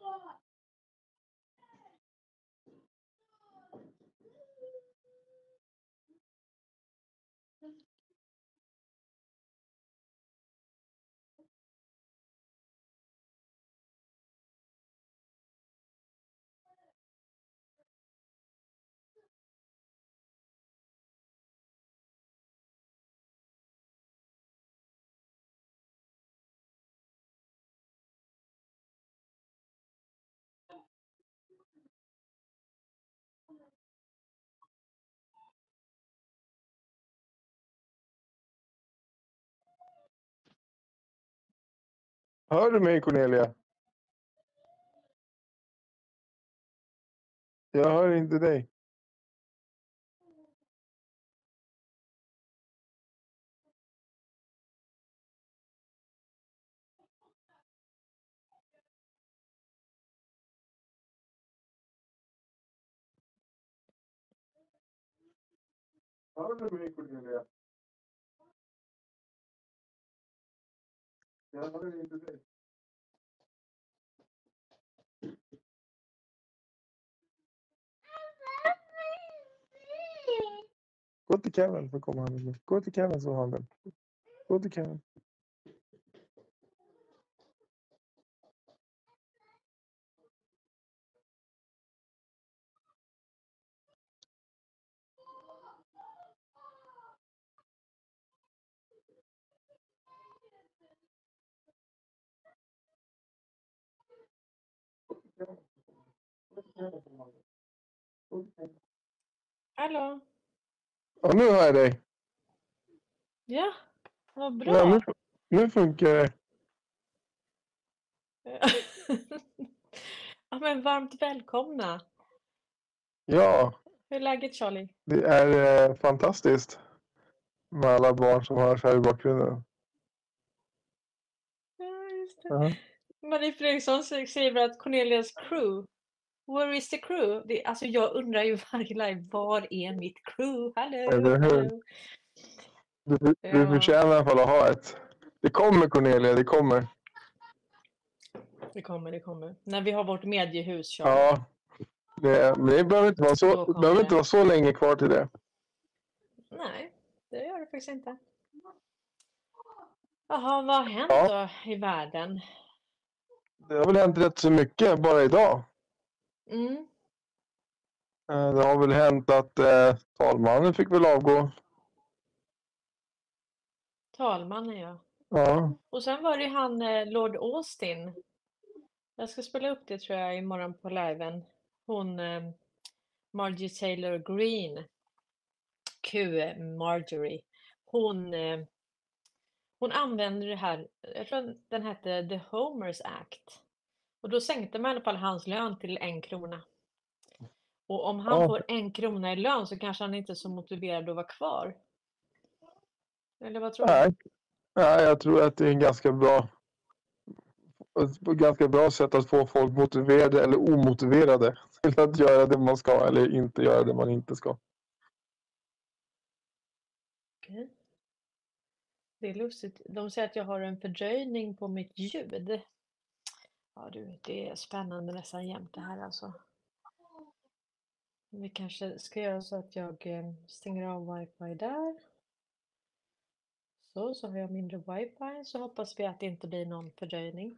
Hör du mig, Cornelia? Jag hör inte dig. Hör du mig, Cornelia? Jag hör inte dig. Gå till Kevin så kommer han in. Gå till Kevin så har han den. Gå till Kevin. Hallå? Ja, nu hör jag dig. Ja, vad bra. Ja, nu funkar det. Ja, men varmt välkomna. Ja, Hur är läget, Charlie? det är fantastiskt. Med alla barn som hörs här i bakgrunden. Ja, just det. Ja. Marie Fredriksson skriver att Cornelias crew. Where is the crew? Alltså jag undrar ju varje live, var är mitt crew? Hallå, Eller hur? hallå. Du Ja. förtjänar i alla fall att ha ett. Det kommer, Cornelia, det kommer. Det kommer. När vi har vårt mediehus, Charlie. Ja, det behöver inte vara Då kommer behöver det. inte vara så länge kvar till det. Nej, det gör det faktiskt inte. Jaha, vad har hänt Ja. då i världen? Det har väl hänt rätt så mycket bara idag. Mm. Det har väl hänt att talmannen fick väl avgå. Talmannen, ja. Ja. Och sen var det han Lord Austin. Jag ska spela upp det tror jag imorgon på liven. Hon Margie Taylor Greene. Marjorie. Hon använde det här, jag tror den hette The Homers Act. Och då sänkte man i alla fall hans lön till 1 krona. Och om han Ja. får 1 krona i lön så kanske han inte är så motiverad att vara kvar. Eller vad tror du? Nej, jag tror att det är en ganska bra sätt att få folk motiverade eller omotiverade till att göra det man ska eller inte göra det man inte ska. Okej. Det är lustigt. De säger att jag har en fördröjning på mitt ljud. Ja du, det är spännande nästan jämt det här alltså. Vi kanske ska göra så att jag stänger av wifi där. Så har jag mindre wifi så hoppas vi att det inte blir någon fördröjning.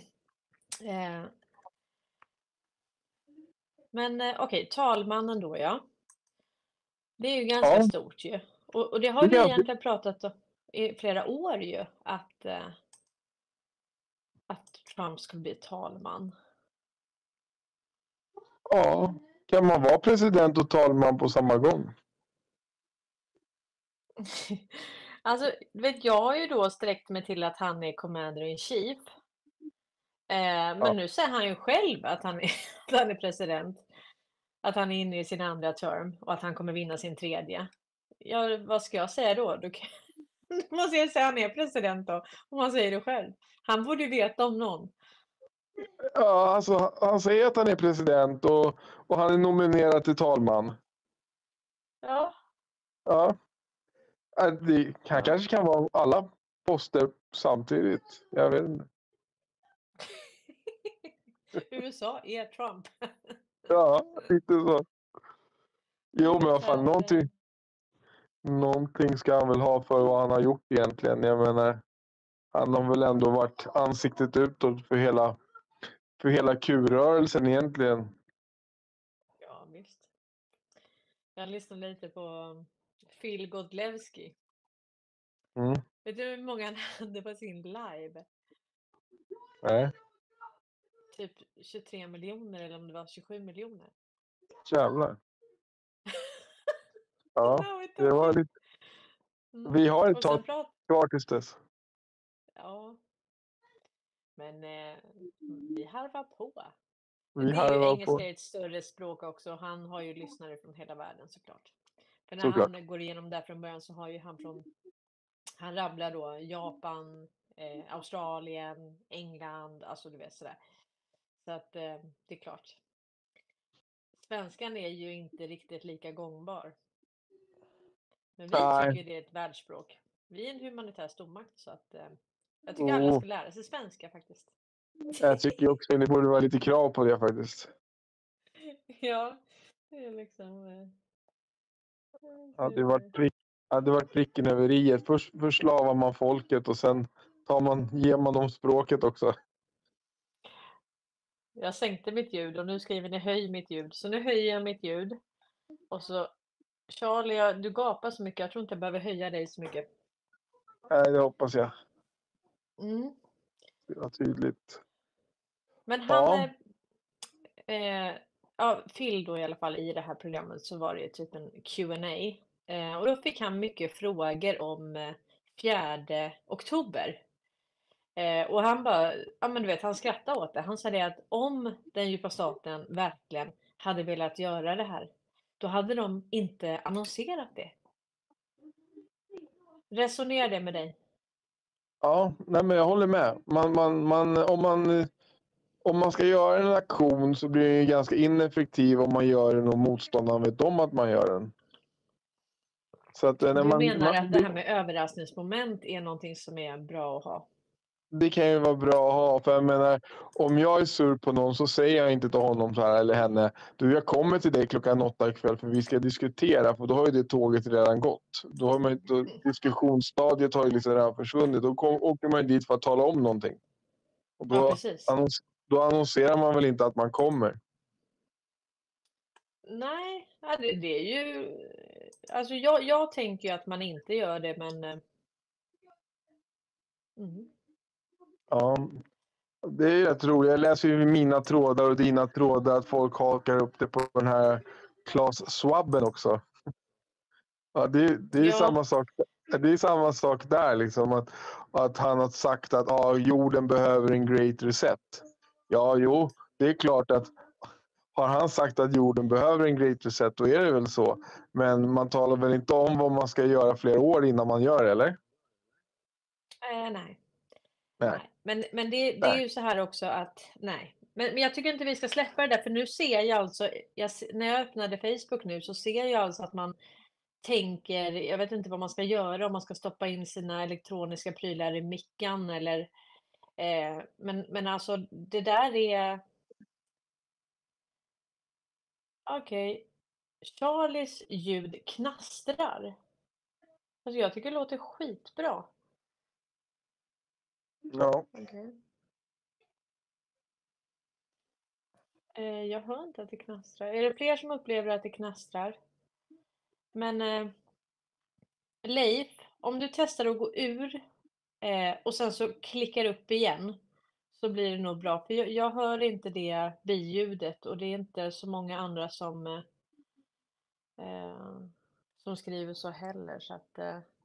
Men okej, talmannen då ja. Det är ju ganska stort ju. Och det har vi egentligen pratat om i flera år ju. Att Trump skulle bli talman. Ja, kan man vara president och talman på samma gång? Alltså, vet jag har ju då sträckt mig till att han är commander in chief. Men nu säger han ju själv att han är president. Att han är inne i sin andra term och att han kommer vinna sin tredje. Ja, vad ska jag säga då? Man säger att han är president då, om man säger det själv. Han borde ju veta om någon. Ja, alltså han säger att han är president och han är nominerad till talman. Ja. Ja. Han kanske kan vara alla poster samtidigt. Jag vet inte. USA är Trump. Ja, lite så. Jo, men vad Så fan, att, någonting ska han väl ha för vad han har gjort egentligen. Jag menar, han har väl ändå varit ansiktet utåt för hela Q-rörelsen egentligen. ja, visst. Jag lyssnade lite på Phil Godlewski. Mm. Vet du hur många han hade på sin live? Nej, Typ 23 miljoner eller om det var 27 miljoner. jävlar. Ja, Now it det var lite... Vi har ett Och tag sen prat... kvar tills dess. Ja, men vi harvar på. Vi Det är ju, harvar engelska på, är ett större språk också. Han har ju lyssnare från hela världen såklart. För när såklart. han går igenom där från början så har ju han rabblar då Japan, Australien, England, alltså du vet sådär. Så att det är klart. Svenskan är ju inte riktigt lika gångbar. Men vi Nej. tycker det är ett världsspråk. Vi är en humanitär stormakt så att jag tycker alla ska lära sig svenska faktiskt. Jag tycker också att det borde vara lite krav på det faktiskt. Ja, det är liksom... Hade varit pricken över i. Först förslavar man folket och sen ger man dem språket också. Jag sänkte mitt ljud och nu skriver ni höj mitt ljud. Så nu höjer jag mitt ljud. Och så Charlie, du gapar så mycket. Jag tror inte jag behöver höja dig så mycket. Nej, det hoppas jag. Mm. Det var tydligt. Men Ja. ja, Phil då i alla fall i det här programmet så var det typ en Q&A. Och då fick han mycket frågor om 4 oktober. Och han bara, ja men du vet, han skrattade åt det. Han sa det att om den djupa staten verkligen hade velat göra det här, då hade de inte annonserat det. Resonerar det med dig? Ja, nej men jag håller med. Om man ska göra en aktion så blir det ganska ineffektiv om man gör den och motståndaren vet om att man gör den. Så att när Du menar att det här med överraskningsmoment är någonting som är bra att ha? Det kan ju vara bra att ha, för jag menar, om jag är sur på någon så säger jag inte till honom så här eller henne, du jag kommer till dig klockan 8 ikväll för vi ska diskutera, för då har ju det tåget redan gått. Diskussionsstadiet har ju liksom redan försvunnit, då åker man dit för att tala om någonting. Och Ja, precis. då annonserar man väl inte att man kommer. Nej, det är ju... Alltså jag tänker ju att man inte gör det, men... Ja, det är rätt roligt. Jag läser ju mina trådar och dina trådar att folk hakar upp det på den här Klaus Schwabben också. Ja, det är samma sak. Det är samma sak där liksom, att han har sagt att jorden behöver en great reset. Ja, jo, det är klart att har han sagt att jorden behöver en great reset, då är det väl så. Men man talar väl inte om vad man ska göra flera år innan man gör det, eller? Nej. Men det är ju så här också att nej. Men jag tycker inte vi ska släppa det där, för nu ser jag alltså, när jag öppnade Facebook nu så ser jag alltså att man tänker, jag vet inte vad man ska göra, om man ska stoppa in sina elektroniska prylar i mickan eller men alltså det där är okej. Charlies ljud knastrar. Alltså jag tycker det låter skitbra. Ja. Okay. Jag hör inte att det knastrar. Är det fler som upplever att det knastrar? Men Leif, om du testar att gå ur och sen så klickar upp igen så blir det nog bra. För jag hör inte det biljudet och det är inte så många andra som skriver så heller. Så att,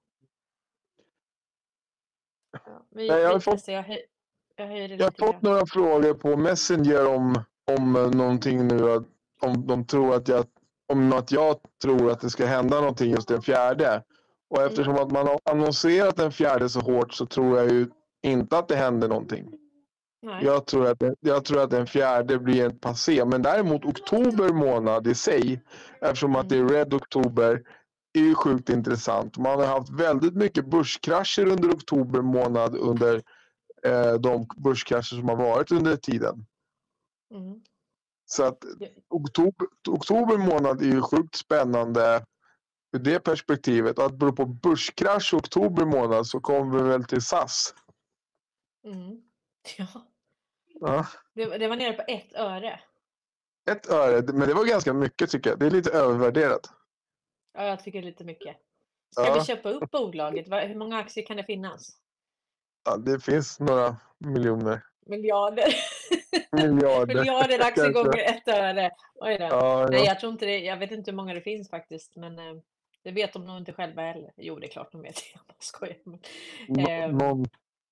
vi testar. Jag höjer det lite. Jag har fått några frågor på Messenger om någonting nu. Om de tror att jag tror att det ska hända någonting just den 4. Och eftersom att man har annonserat den 4 så hårt så tror jag ju inte att det händer någonting. Nej. Jag tror att den 4 blir ett passé. Men däremot oktober månad i sig, eftersom att det är Red Oktober, är ju sjukt intressant. Man har haft väldigt mycket börskrascher under oktober månad under de börskrascher som har varit under tiden. Mm. Så att Ja. oktober månad är ju sjukt spännande ur det perspektivet. Och att bero på börskrasch i oktober månad så kommer vi väl till SAS. Mm. Ja. Ja, Det var nere på 1 öre. 1 öre, men det var ganska mycket tycker jag. Det är lite övervärderat. Ja, jag tycker det är lite mycket. Ska vi Ja, köpa upp bolaget? Hur många aktier kan det finnas? ja, det finns några miljoner. Miljarder. Miljarder Miljarder aktier kanske. gånger 1 öre. Oj då. Ja, Nej, ja. jag tror inte det. Jag vet inte hur många det finns faktiskt, men det vet de nog inte själva heller. Jo, det är klart de vet. Jag bara skojar. Någon.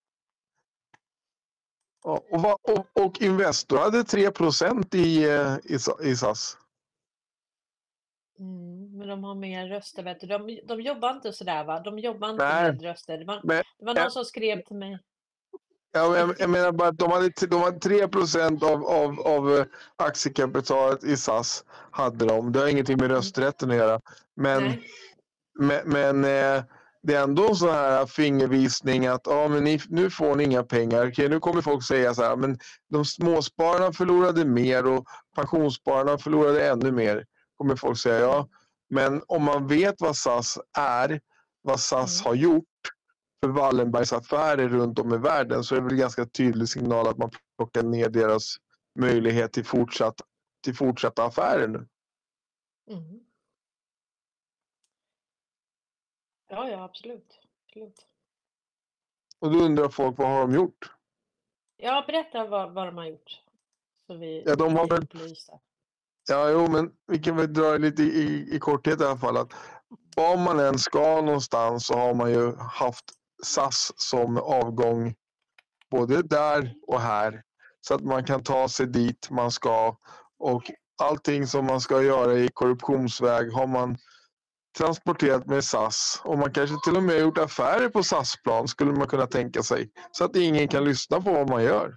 Ja, och Investor hade 3% i SAS. Men de har mer röster, vet du. De jobbar inte sådär, va? De jobbar inte Nej, med röster. Det men var någon som skrev till mig. jag menar bara att de hade 3% av aktiekapitalet i SAS. Hade de. Det har ingenting med rösträtten att göra. Men det är ändå en sån här fingervisning att men nu får ni inga pengar. Okej, nu kommer folk säga så här, men de småspararna förlorade mer och pensionsspararna förlorade ännu mer. Kommer folk säga, ja. Men om man vet vad SAS är, vad SAS har gjort för Wallenbergs affärer runt om i världen, så är det väl ganska tydlig signal att man plockar ner deras möjlighet till fortsatta affärer nu. Mm. Ja, absolut. Och då undrar folk, vad har de gjort? Ja, berätta vad de har gjort. Så Ja, de har väl... upplysta. Ja, jo, men vi kan väl dra lite i korthet i alla fall. Att var man än ska någonstans så har man ju haft SAS som avgång både där och här. Så att man kan ta sig dit man ska. Och allting som man ska göra i korruptionsväg har man transporterat med SAS. Och man kanske till och med gjort affärer på SAS-plan, skulle man kunna tänka sig. Så att ingen kan lyssna på vad man gör.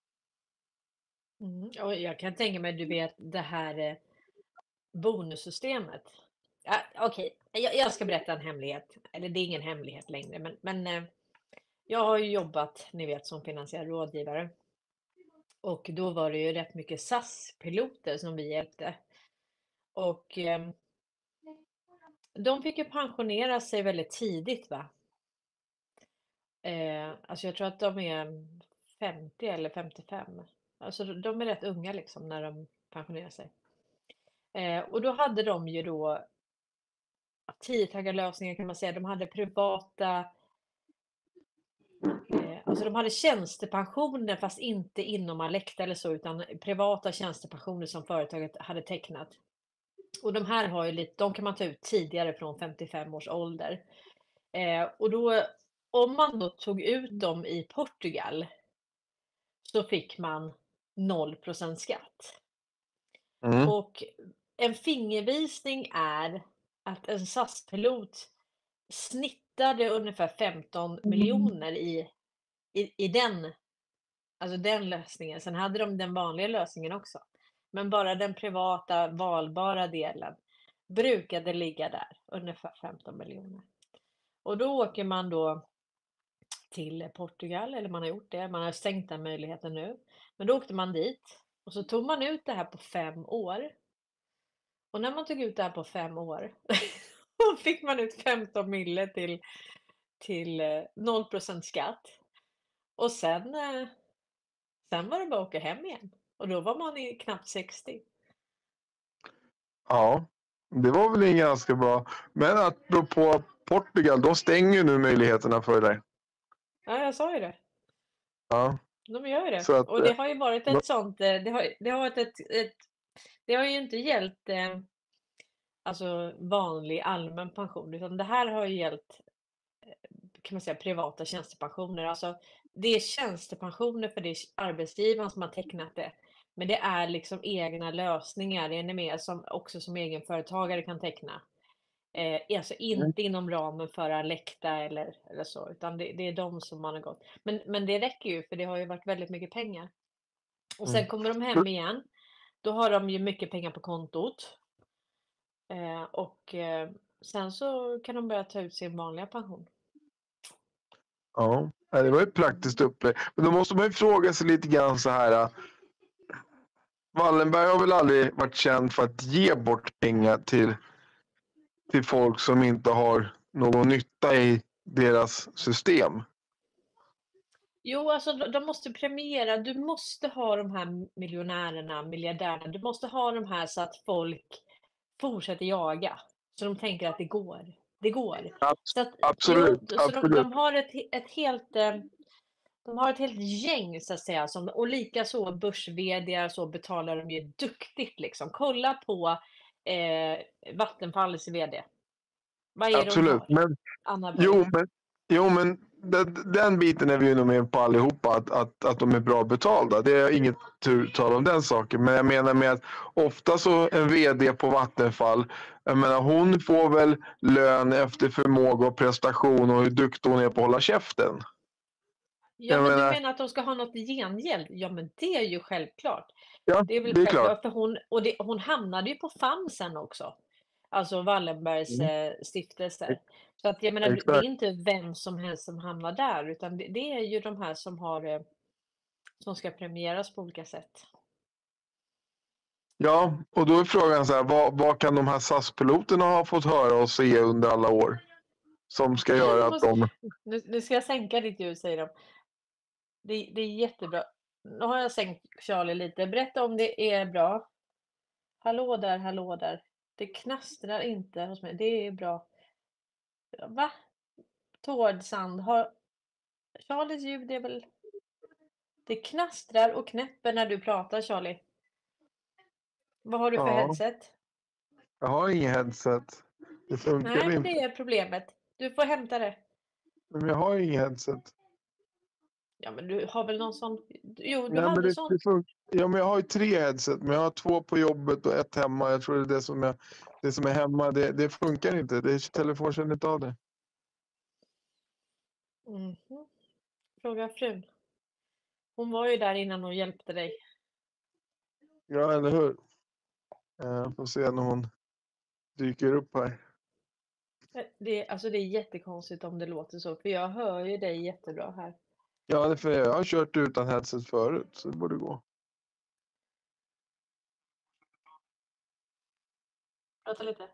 Och jag kan tänka mig, du vet, det här bonussystemet. Ja, okej, jag ska berätta en hemlighet. Eller det är ingen hemlighet längre, men jag har ju jobbat, ni vet, som finansiell rådgivare. Och då var det ju rätt mycket SAS-piloter som vi hjälpte. Och de fick ju pensionera sig väldigt tidigt, va? Alltså jag tror att de är 50 eller 55. Alltså de är rätt unga liksom när de pensionerar sig. Och då hade de ju då tiotaggarlösningar kan man säga. De hade privata, alltså de hade tjänstepensioner fast inte inom Alecta eller så, utan privata tjänstepensioner som företaget hade tecknat. Och de här har ju lite, de kan man ta ut tidigare från 55 års ålder. Och då, om man då tog ut dem i Portugal så fick man 0% skatt. Mm. Och en fingervisning är att en SAS-pilot snittade ungefär 15 miljoner i den, alltså den lösningen. Sen hade de den vanliga lösningen också. Men bara den privata valbara delen brukade ligga där, ungefär 15 miljoner. Och då åker man då till Portugal, eller man har gjort det, man har stängt den möjligheten nu. Men då åkte man dit och så tog man ut det här på 5 år. Och när man tog ut det här på 5 år, då fick man ut 15 mille till 0% skatt. Och sen var det bara att åka hem igen. Och då var man i knappt 60. Ja, det var väl en ganska bra. Men att på Portugal, då stänger nu möjligheterna för dig. Ja, jag sa ju det. Ja. De gör ju det. Så att, Och det har ju varit ett sånt, det har ju inte gällt alltså vanlig allmän pension, utan det här har ju gällt, kan man säga, privata tjänstepensioner. Alltså det är tjänstepensioner för det är arbetsgivaren som har tecknat det. Men det är liksom egna lösningar, det är ni med, som också som egenföretagare kan teckna. Alltså inte inom ramen för Alecta eller så, utan det är de som man har gått. Men det räcker ju, för det har ju varit väldigt mycket pengar. Och sen kommer de hem igen. Då har de ju mycket pengar på kontot. Och sen så kan de börja ta ut sin vanliga pension. Ja, det var ett praktiskt upplägg. Men då måste man ju fråga sig lite grann så här. Wallenberg har väl aldrig varit känd för att ge bort pengar till folk som inte har någon nytta i deras system. Jo, alltså de måste premiera. Du måste ha de här miljonärerna, miljardärerna. Du måste ha de här så att folk fortsätter jaga. Så de tänker att det går. Det går. Så att, jo, Absolut, så absolut. de har ett helt de har ett helt gäng så att säga som, och likaså börs-vd:ar så betalar de ju duktigt liksom. Kolla på Vattenfalls vd. Vad är det hon Absolut. har? Men, Anna jo, Borg. men den biten är vi ju nog med på allihopa, att de är bra betalda. Det är inget tal om den saken. Men jag menar med att ofta så en vd på Vattenfall, jag menar hon får väl lön efter förmåga och prestation och hur duktig hon är på att hålla käften. Ja, Jag men du menar, menar att de ska ha något i gengäld? Ja, men det är ju självklart. ja, Det är väl det är klart. självklart, för hon hamnade ju på FAM sen också. Alltså Wallenbergs Mm. stiftelser. Så att jag menar, det är Exakt. inte vem som helst som hamnar där, utan det är ju de här som har som ska premieras på olika sätt. Ja, och då är frågan så här, vad kan de här SAS-piloterna ha fått höra och se under alla år? Som ska göra att de... Nu ska jag sänka ditt ljud, säger de. Det är jättebra. Nu har jag sänkt Charlie lite. Berätta om det är bra. Hallå där, hallå där. Det knastrar inte hos mig. Det är bra. Va? Tårdsand har... Charlies ljud är väl... Det knastrar och knäpper när du pratar, Charlie. Vad har du för Ja, headset? jag har ingen headset. Det funkar Nej, inte. det är problemet. Du får hämta det. Men jag har ingen headset. Ja, men du har väl någon sån... Jo, du Ja, men hade sån. det funkar. Ja, men jag har ju 3 headset, men jag har 2 på jobbet och 1 hemma. Jag tror det är det som är hemma. Det funkar inte. Telefon känner inte av det. Mhm. Fråga frun. Hon var ju där innan och hjälpte dig. Ja, eller hur? Får se när hon dyker upp här. Alltså det är jättekonstigt om det låter så, för jag hör ju dig jättebra här. Ja, det är för jag har kört utan headset förut, så det borde gå. Prata lite.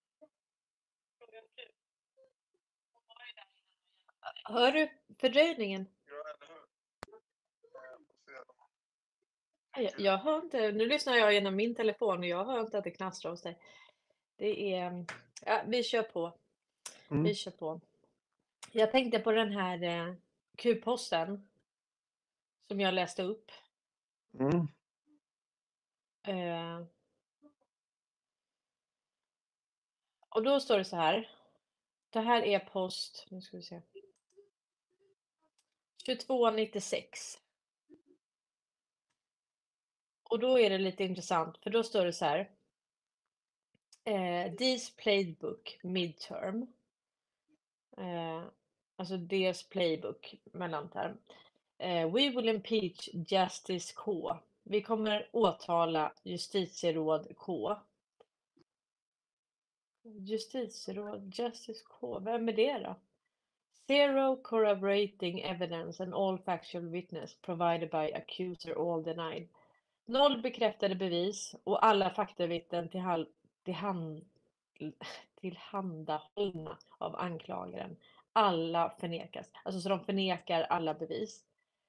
Hör du fördröjningen? Jag hör inte. Nu lyssnar jag genom min telefon och jag hör inte att det knastrar hos dig. Det är... Ja, vi kör på. Mm. Vi kör på. Jag tänkte på den här Q-posten som jag läste upp. Mm. Eh, och då står det så här. Det här är post, nu ska vi se. 2296. Och då är det lite intressant, för då står det så här. This playbook midterm. Alltså DS playbook mellanterm. We will impeach Justice K. Vi kommer åtala justitieråd K. Justitieråd Justice K. Vem är det då? Zero corroborating evidence and all factual witness provided by accuser all denied. 0 bekräftade bevis och alla faktavittnen tillhandahållna av anklagaren. Alla förnekas. Alltså så de förnekar alla bevis.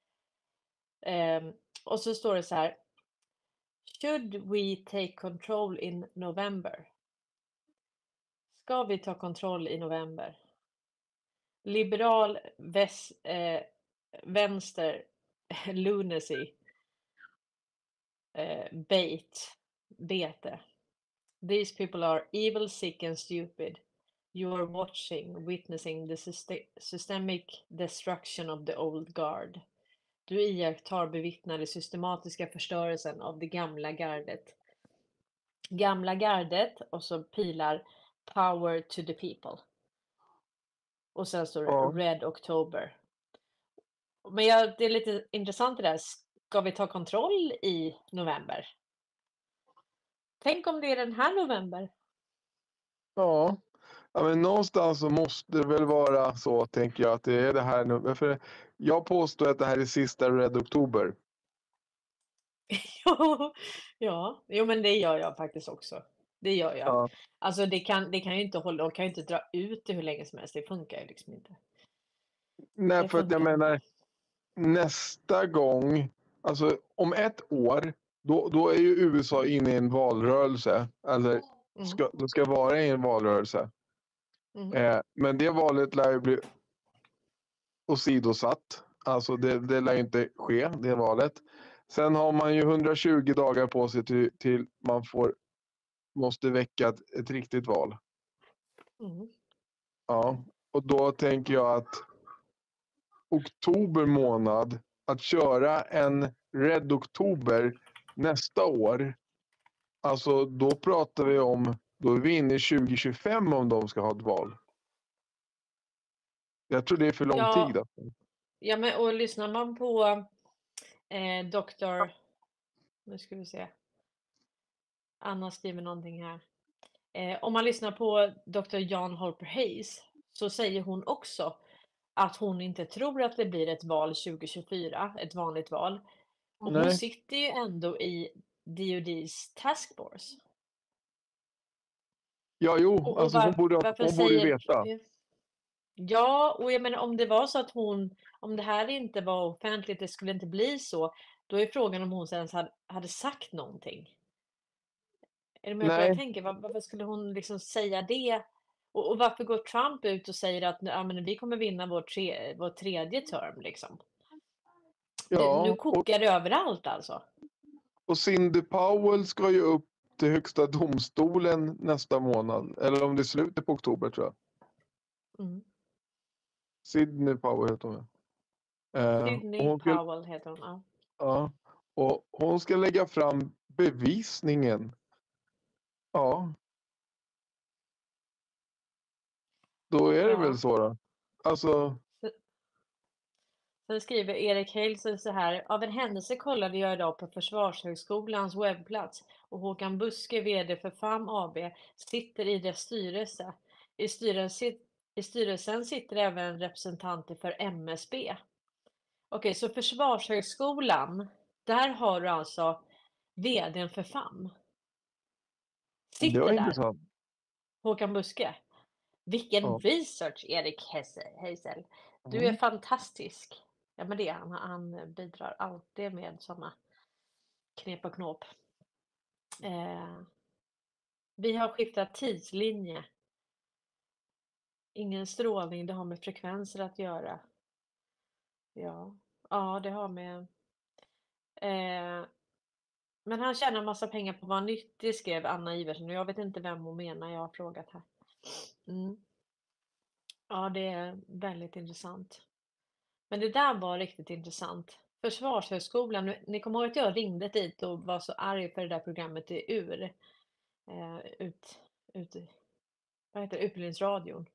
Och så står det så här. Should we take control in November? Ska vi ta kontroll i november? Liberal vänster lunacy bete. These people are evil, sick and stupid. You are witnessing the systemic destruction of the old guard. Du iakttar bevittnar den systematiska förstörelsen av det gamla gardet. Gamla gardet och så pilar power to the people. Och sen står det Red October. Men det är lite intressant det där. Ska vi ta kontroll i november? Tänk om det är den här november. Ja, men någonstans så måste det väl vara så, tänker jag, att det är det här nu. För jag påstår att det här är sista Red Oktober. Ja, jo men det gör jag faktiskt också. Det gör jag. Ja. Alltså det kan ju inte hålla, de kan ju inte dra ut det hur länge som helst. Det funkar ju liksom inte. Nej, Det för att jag funkar inte. menar, nästa gång, alltså om ett år, då är ju USA inne i en valrörelse. Eller Mm, då ska vara i en valrörelse. mm, Men det valet lär ju bli åsidosatt. Alltså det lär ju inte ske, det valet. Sen har man ju 120 dagar på sig till man måste väcka ett riktigt val. mm. Ja, och då tänker jag att oktober månad, att köra en Red Oktober nästa år, alltså då pratar vi om, då är vi inne i 2025 om de ska ha ett val. Jag tror det är för lång tid. Ja, Alltså. ja men och lyssnar man på doktor, nu ska vi se, Anna skriver någonting här. Om man lyssnar på Dr. Jan Holper Hayes så säger hon också att hon inte tror att det blir ett val 2024, ett vanligt val. Och hon Nej, sitter ju ändå i DoD's task force. ja jo, Och alltså varför hon borde ju säger... veta. Ja, och jag menar om det var så att om det här inte var offentligt, det skulle inte bli så, då är frågan om hon ens hade sagt någonting. Är du med på vad jag Nej, tänker? Varför skulle hon liksom säga det? Och varför går Trump ut och säger att ja, men vi kommer vinna vår tredje term liksom? Nu ja, kokar det överallt alltså. och Cindy Powell ska ju upp till högsta domstolen nästa månad. Eller om det är slutet på oktober tror jag. Mm. Sidney Powell heter hon. Och Sidney hon ska, Powell heter hon. Ja. ja, och hon ska lägga fram bevisningen. Ja, då är det väl Ja. så då. Alltså, Sen skriver Erik Heilsen så här: av en händelse kollade jag idag på Försvarshögskolans webbplats och Håkan Buske, vd för FAM AB, sitter i dess styrelse. I styrelsen sitter även representanter för MSB. Okej, så Försvarshögskolan, där har du alltså vdn för FAM. det var Sitter där, intressant. Håkan Buske. Vilken Ja. research, Erik Heisel. Du är Mm. fantastisk. Ja, men det är han. Han bidrar alltid med sådana knep och knåp. Vi har skiftat tidslinje. Ingen strålning, det har med frekvenser att göra. Ja, ja det har med... Men han tjänar massa pengar på att vara nyttig, skrev Anna Iversen. Och jag vet inte vem hon menar, jag har frågat här. Mm. Ja, det är väldigt intressant. Men det där var riktigt intressant. Försvarshögskolan, ni kommer ihåg att jag ringde dit och var så arg för det där programmet i vad heter det, Utbildningsradion.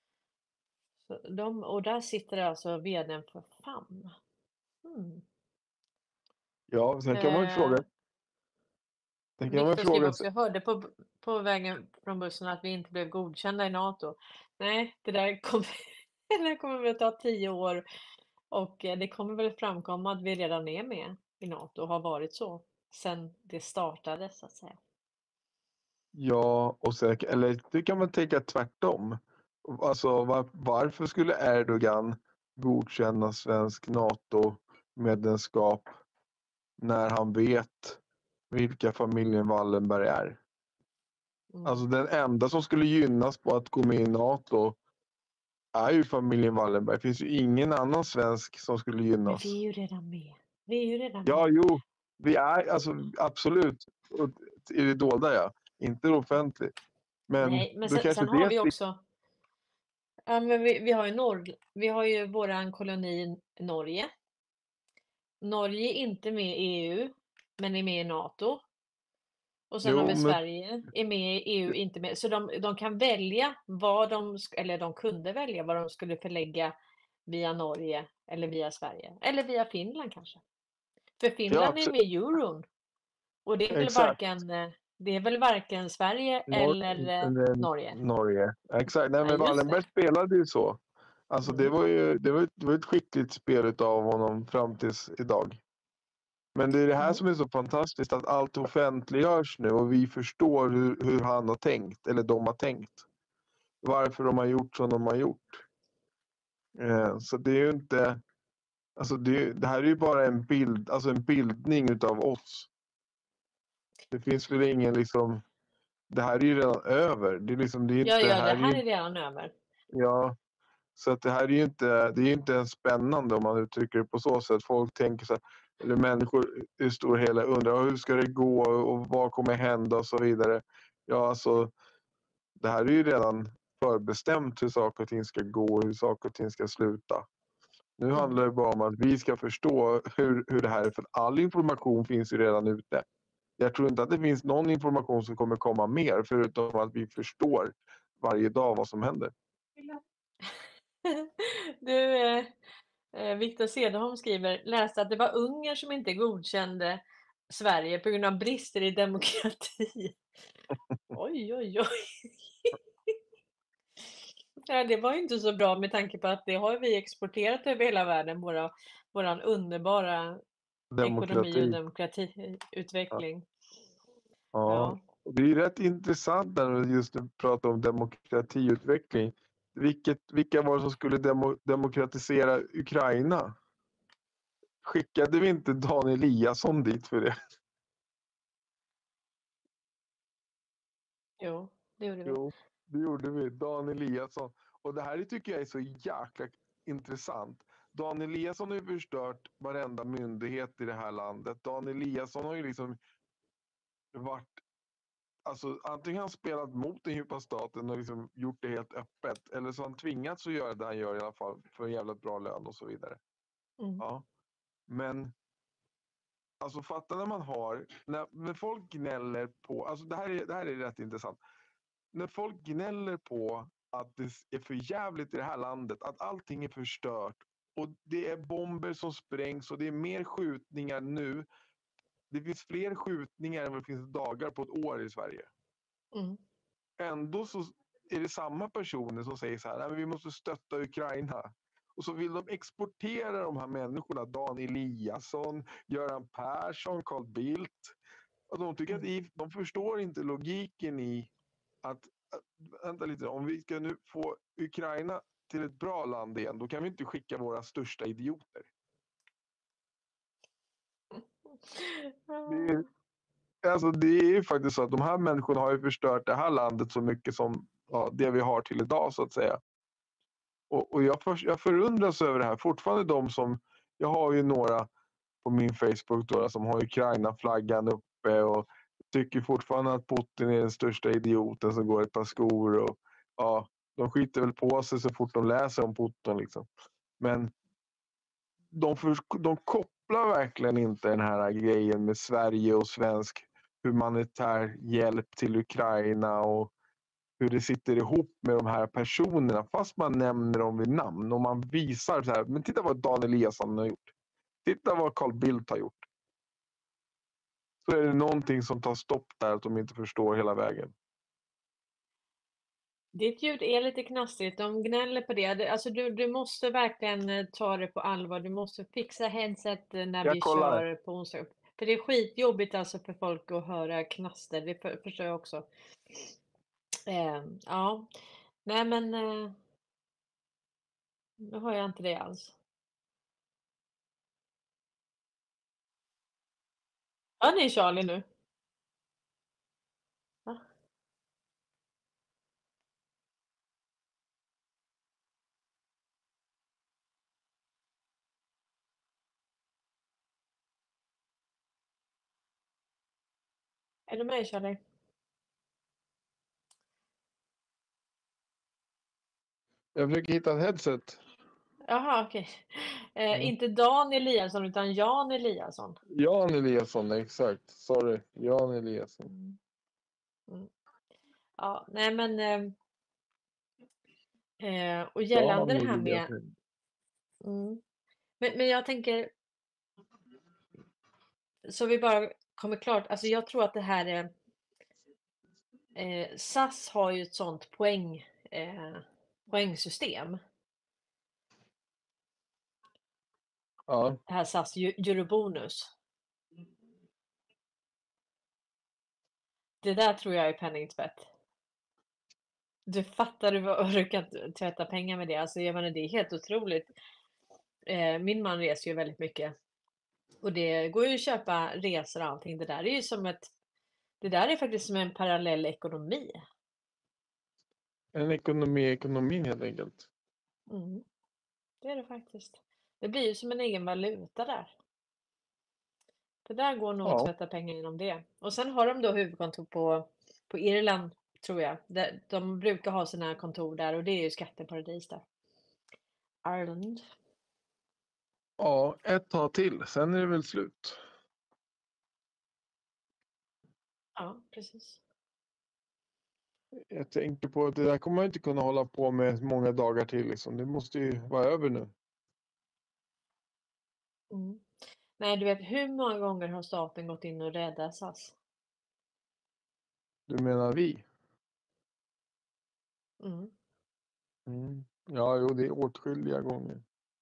Och där sitter alltså vdn för FAM. Mm. Ja, sen kan man ju Eh, fråga. Sen kan man ju Viktor skriver fråga också, sig. jag hörde på vägen från bussen att vi inte blev godkända i NATO. Nej, det där kommer väl ta 10 år och det kommer väl framkomma att vi redan är med i NATO och har varit så sedan det startade så att säga. Ja, och säkert, eller det kan man tänka tvärtom. Alltså varför skulle Erdogan godkänna svensk NATO-medlemskap när han vet vilka familjen Wallenberg är? Mm. Alltså den enda som skulle gynnas på att gå med i NATO är ju familjen Wallenberg. Det finns ju ingen annan svensk som skulle Men gynnas. vi är ju redan med. Vi är ju redan Ja, med. jo, vi är alltså absolut i det dolda, ja. Inte det offentligt. Men Nej, men då kanske sen har det vi också, ja, men vi har ju våran koloni i Norge. Norge är inte med i EU, men är med i NATO. Och sen har Jo, vi men Sverige, är med i EU, inte med. Så de kan välja vad eller de kunde välja vad de skulle förlägga via Norge eller via Sverige. Eller via Finland kanske. För ja, Finland är absolut. med i euron. Och Exakt. det är väl varken Sverige eller Eller Norge. Norge. Exakt. Nej, Ja, men just Wallenberg det. spelade ju så. Alltså Mm. det var ett skickligt spel av honom fram tills idag. Men det är det här Mm. som är så fantastiskt, att allt offentliggörs nu och vi förstår hur han har tänkt, eller de har tänkt. Varför de har gjort som de har gjort. Så det är ju inte, alltså det här är ju bara en bild, alltså en bildning utav oss. Det finns väl ingen liksom, det här är ju redan över. Det är liksom, det är Ja, inte, det här är här ju, är redan över. ja. Så att det här är ju inte, det är ju inte ens spännande om man uttrycker det på så sätt. Folk tänker så här, eller människor i stor hela undrar hur ska det gå och vad kommer hända och så vidare. Ja, alltså det här är ju redan förbestämt hur saker och ting ska gå och hur saker och ting ska sluta. Nu handlar det bara om att vi ska förstå hur det här är, för all information finns ju redan ute. Jag tror inte att det finns någon information som kommer komma mer förutom att vi förstår varje dag vad som händer. Du, Viktor Cederholm skriver, läste att det var Ungern som inte godkände Sverige på grund av brister i demokrati. Oj, oj, oj. Ja, det var ju inte så bra med tanke på att det har vi exporterat över hela världen, våran underbara ekonomi och Demokrati. demokratiutveckling. Ja, Ja. och det är rätt intressant när du just nu pratar om demokratiutveckling. Vilka var det som skulle demokratisera Ukraina? Skickade vi inte Dan Eliasson dit för det? Jo, det gjorde vi. Jo, det gjorde vi. Dan Eliasson. Och det här tycker jag är så jäkla intressant. Dan Eliasson har ju förstört varenda myndighet i det här landet. Dan Eliasson har ju liksom varit, alltså antingen har han spelat mot den djupa staten och liksom gjort det helt öppet, eller så har han tvingats att göra det han gör i alla fall för en jävla bra lön och så vidare. Mm. Ja, men alltså fatta när man har, när folk gnäller på, alltså det här är rätt intressant. När folk gnäller på att det är för jävligt i det här landet, att allting är förstört och det är bomber som sprängs och det är mer skjutningar nu. Det finns fler skjutningar än vad det finns dagar på ett år i Sverige. Mm. Ändå så är det samma personer som säger så här, nej, men vi måste stötta Ukraina. Och så vill de exportera de här människorna, Dan Eliasson, Göran Persson, Carl Bildt. Och de tycker att de förstår inte logiken i att, vänta lite, om vi ska nu få Ukraina till ett bra land igen, då kan vi inte skicka våra största idioter. Det är ju faktiskt så att de här människorna har ju förstört det här landet så mycket som det vi har till idag så att säga. Och jag förundras över det här. Fortfarande de som, jag har ju några på min Facebook då, som har Ukraina-flaggan uppe och tycker fortfarande att Putin är den största idioten som går ett par skor. Och, ja, de skiter väl på sig så fort de läser om Putin. Liksom. Men de kopplar verkligen inte den här grejen med Sverige och svensk humanitär hjälp till Ukraina och hur det sitter ihop med de här personerna, fast man nämner dem vid namn och man visar så här, men titta vad Dan Eliasson har gjort. Titta vad Carl Bildt har gjort. Så är det någonting som tar stopp där, att de inte förstår hela vägen. Ditt ljud är lite knastrigt, de gnäller på det. Alltså du måste verkligen ta det på allvar. Du måste fixa headset när Jag vi kollar. kör på onsdag. För det är skitjobbigt alltså för folk att höra knaster, det förstår jag också. Ja, nej men nu har jag inte det alls. Hör ni Charlie nu? Va? Är du med Charlie? Jag försöker hitta ett headset. Jaha, okej. Mm. Inte Dan Eliasson utan Jan Eliasson. Jan Eliasson, exakt. Sorry, Jan Eliasson. Mm. Mm. Ja, nej men och gällande det här med men jag tänker så vi bara kommer klart, alltså jag tror att det här är SAS har ju ett sånt poängsystem. Ja. Det här SAS Eurobonus. det där tror jag är penningtvätt. Du fattar vad du kan tvätta pengar med det. Alltså jag menar det är helt otroligt. Min man reser ju väldigt mycket. Och det går ju att köpa resor och allting. Det där är ju det där är faktiskt som en parallell ekonomi. En ekonomi i ekonomin helt enkelt. Mm, det är det faktiskt. Det blir ju som en egen valuta där. Det där går nog att Ja, tvätta pengar genom det. Och sen har de då huvudkontor på Irland, tror jag. De brukar ha sina kontor där och det är ju skatteparadis där. Ireland. ja, ett tag till. Sen är det väl slut. Ja, precis. Jag tänker på att det där kommer man inte kunna hålla på med många dagar till. Liksom. Det måste ju vara över nu. Mm. Nej, du vet hur många gånger har staten gått in och räddat SAS? Du menar vi? Mm. Mm. Ja, jo, det är åtskilliga gånger.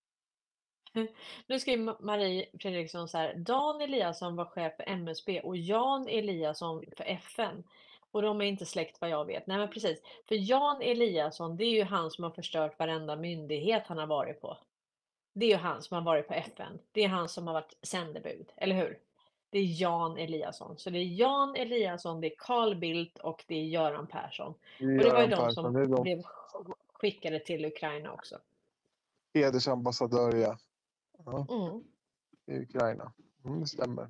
Nu skriver Marie Fredriksson så här. Dan Eliasson var chef för MSB och Jan Eliasson för FN. Och de är inte släkt vad jag vet. Nej men precis. För Jan Eliasson, det är ju han som har förstört varenda myndighet han har varit på. Det är ju han som har varit på FN. Det är han som har varit sändebud, eller hur? Det är Jan Eliasson. Så det är Jan Eliasson, det är Carl Bildt och det är Göran Persson. Det är Och det var ju Göran de Persson, som det är de blev skickade till Ukraina också. hedersambassadörer, ja. Ja, Mm. i Ukraina. Det stämmer.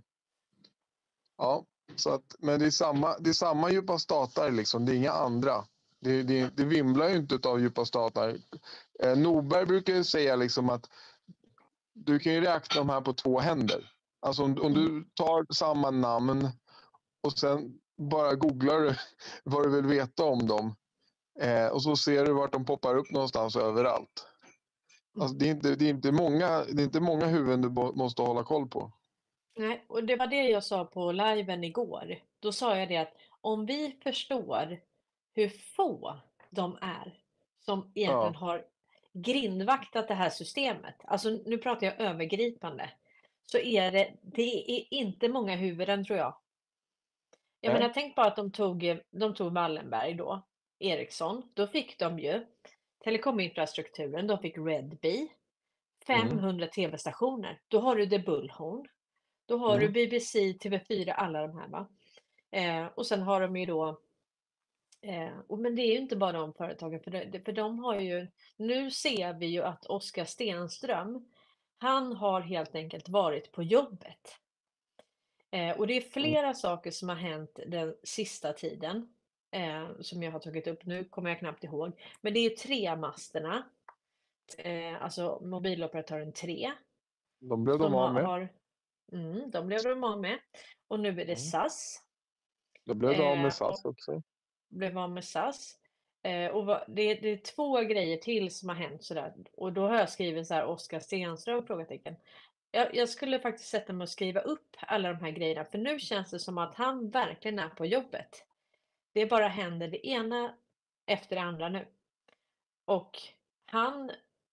Ja, så att, men det är samma djupa stater liksom. Det är inga andra. Det vimlar ju inte av djupa stater. Norberg brukar ju säga liksom att du kan ju räkna de här på 2 händer. Alltså om du tar samma namn och sen bara googlar du vad du vill veta om dem. Och så ser du vart de poppar upp någonstans överallt. Alltså det är inte många huvuden du måste hålla koll på. Nej, och det var det jag sa på liven igår. Då sa jag det att om vi förstår hur få de är som egentligen Ja, har grindvaktat det här systemet. Alltså nu pratar jag övergripande. Så är det är inte många huvuden tror jag. Jag nej. menar, tänk bara att de tog Wallenberg då, Ericsson. Då fick de ju telekominfrastrukturen, de fick Redbee, Mm, 500 tv-stationer. Då har du The Bullhorn. Då har du mm. BBC, TV4, alla de här va. Och sen har de ju då, men det är ju inte bara de företagen, för de har ju, nu ser vi ju att Oskar Stenström, han har helt enkelt varit på jobbet. Och det är Mm. flera saker som har hänt den sista tiden, som jag har tagit upp. Nu kommer jag knappt ihåg. Men det är ju 3-masterna, alltså mobiloperatören 3, De blev de som av med. de blev de av med. Och nu är det Mm. SAS. Då blev de av med Och SAS också. blev av med SAS. Det är 2 grejer till som har hänt sådär. Och då har jag skrivit så här, Oskar Stenström? Frågetecken. Jag skulle faktiskt sätta mig och skriva upp alla de här grejerna, för nu känns det som att han verkligen är på jobbet. Det bara händer det ena efter det andra nu. Och han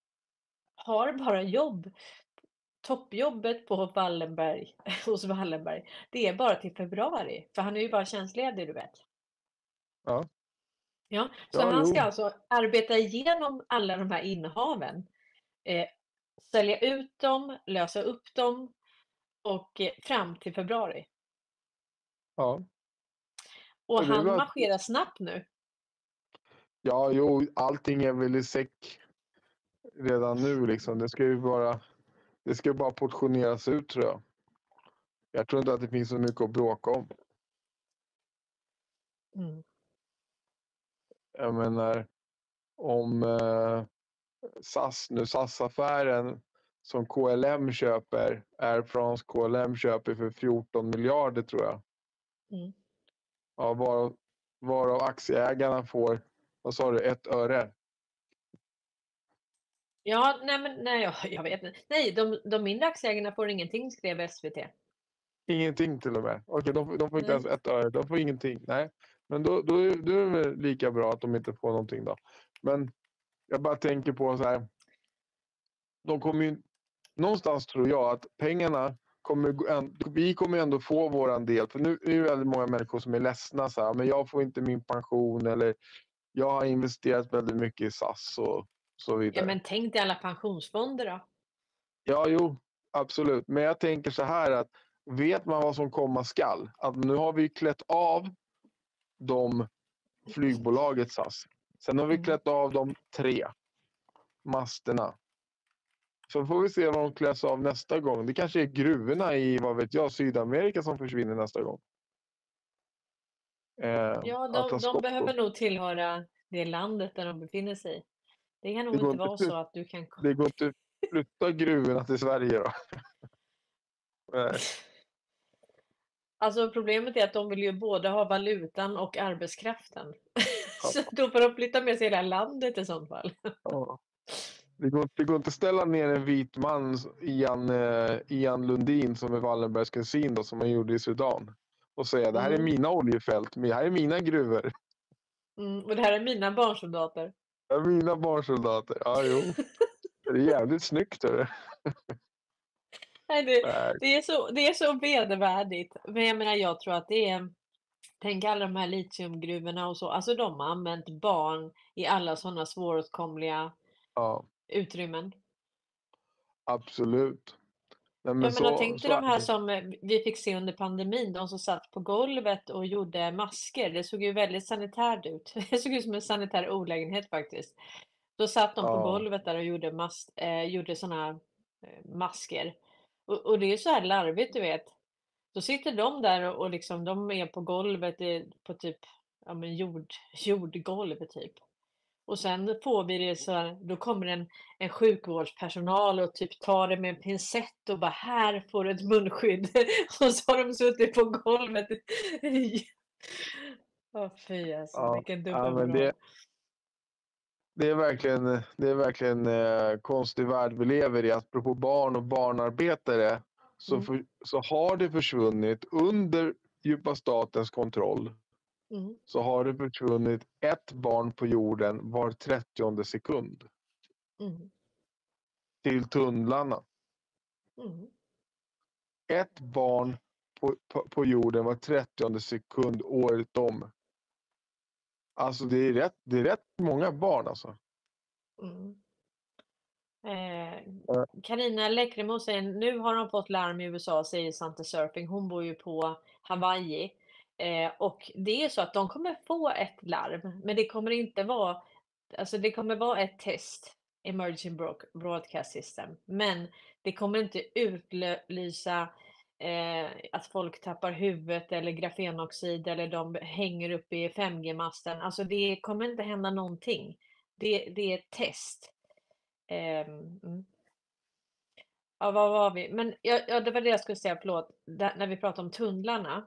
har bara jobb. Toppjobbet på Wallenberg, hos Wallenberg, det är bara till februari. För han är ju bara tjänstledig, du vet. Ja, Ja, så ja han ska jo. alltså arbeta igenom alla de här innehaven. Eh, Sälja ut dem, lösa upp dem och fram till februari. Ja. Och Och det är han bara, marscherar snabbt nu. ja, jo, allting är väl i säck redan nu liksom. Det ska ju bara portioneras ut tror jag. Jag tror inte att det finns så mycket att bråka om. Mm. Jag menar, om SAS-affären som KLM köper, Air France KLM köper för 14 miljarder tror jag. Mm. Ja, varav aktieägarna får, vad sa du, 1 öre? Ja, nej, men nej, jag vet inte. Nej, de mindre aktieägarna får ingenting, skrev SVT. Ingenting till och med. Okej, de får inte ens Nej. 1 öre. De får ingenting. Nej, men då är det väl lika bra att de inte får någonting då. Men jag bara tänker på så här. De kommer ju, någonstans tror jag att pengarna vi kommer ändå få våran del. För nu är det väldigt många människor som är ledsna. Så här, men jag får inte min pension. Eller jag har investerat väldigt mycket i SAS och så Ja, vidare. men tänk dig alla pensionsfonder då. Ja, jo, absolut. Men jag tänker så här att vet man vad som komma skall? Att nu har vi klätt av flygbolaget SAS. Sen har vi klätt av de 3 masterna. Så får vi se vad de kläs av nästa gång. Det kanske är gruvorna i, vad vet jag, Sydamerika som försvinner nästa gång. Ja, Atlas de Copco. behöver nog tillhöra det landet där de befinner sig. Det kan nog Det går inte inte vara flyt- så att du kan... Det går inte att flytta gruvorna till Sverige då. Nej. Alltså problemet är att de vill ju både ha valutan och arbetskraften. Ja, Så då får de flytta med sig hela landet i sånt fall. ja. Det går inte att ställa ner en vit man, Ian Lundin, som är Wallenbergs kusin då, som man gjorde i Sudan. Och säga det här är mina oljefält, det här är mina gruvor. Och det här är mina barnsoldater. Det här är mina barnsoldater. Ja, jo. Det är jävligt snyggt. Är det? Nej, Nej. det är så vedervärdigt. Men jag menar, jag tror att det är... Tänk alla de här litiumgruvorna och så. Alltså de har använt barn i alla sådana svåråtkomliga Ja, utrymmen. absolut. Nej, men Jag menar, så tänk dig de här är det. som vi fick se under pandemin, de som satt på golvet och gjorde masker. Det såg ju väldigt sanitärt ut. Det såg ut som en sanitär olägenhet faktiskt. Då satt de på Ja, golvet där och gjorde sådana masker. Och det är så här larvigt, du vet. Då sitter de där och liksom, de är på golvet på typ ja, men jordgolv typ. Och sen får vi det så här, då kommer en sjukvårdspersonal och typ tar det med en pincett och bara här får du ett munskydd. Och så har de suttit på golvet. Åh fy alltså, ja. vilken Ja, men dubbelmoral. det är verkligen konstig värld vi lever i. Apropå barn och barnarbetare så har det försvunnit under djupa statens kontroll. Mm. Så har det försvunnit ett barn på jorden var 30:e sekund Mm. till tunnlarna. Mm. Ett barn på jorden var 30:e sekund året om. Alltså det är rätt många barn alltså. Mm. Carina Läckremo säger nu har de fått larm i USA, säger Sante Surfing. Hon bor ju på Hawaii. Och det är så att de kommer få ett larm, men det kommer inte vara, alltså det kommer vara ett test, Emerging Broadcast System, men det kommer inte utlysa att folk tappar huvudet eller grafenoxid eller de hänger upp i 5G-masten. Alltså det kommer inte hända någonting. Det är ett test. Ja, vad var vi? Men ja, det var det jag skulle säga, förlåt. När vi pratar om tunnlarna,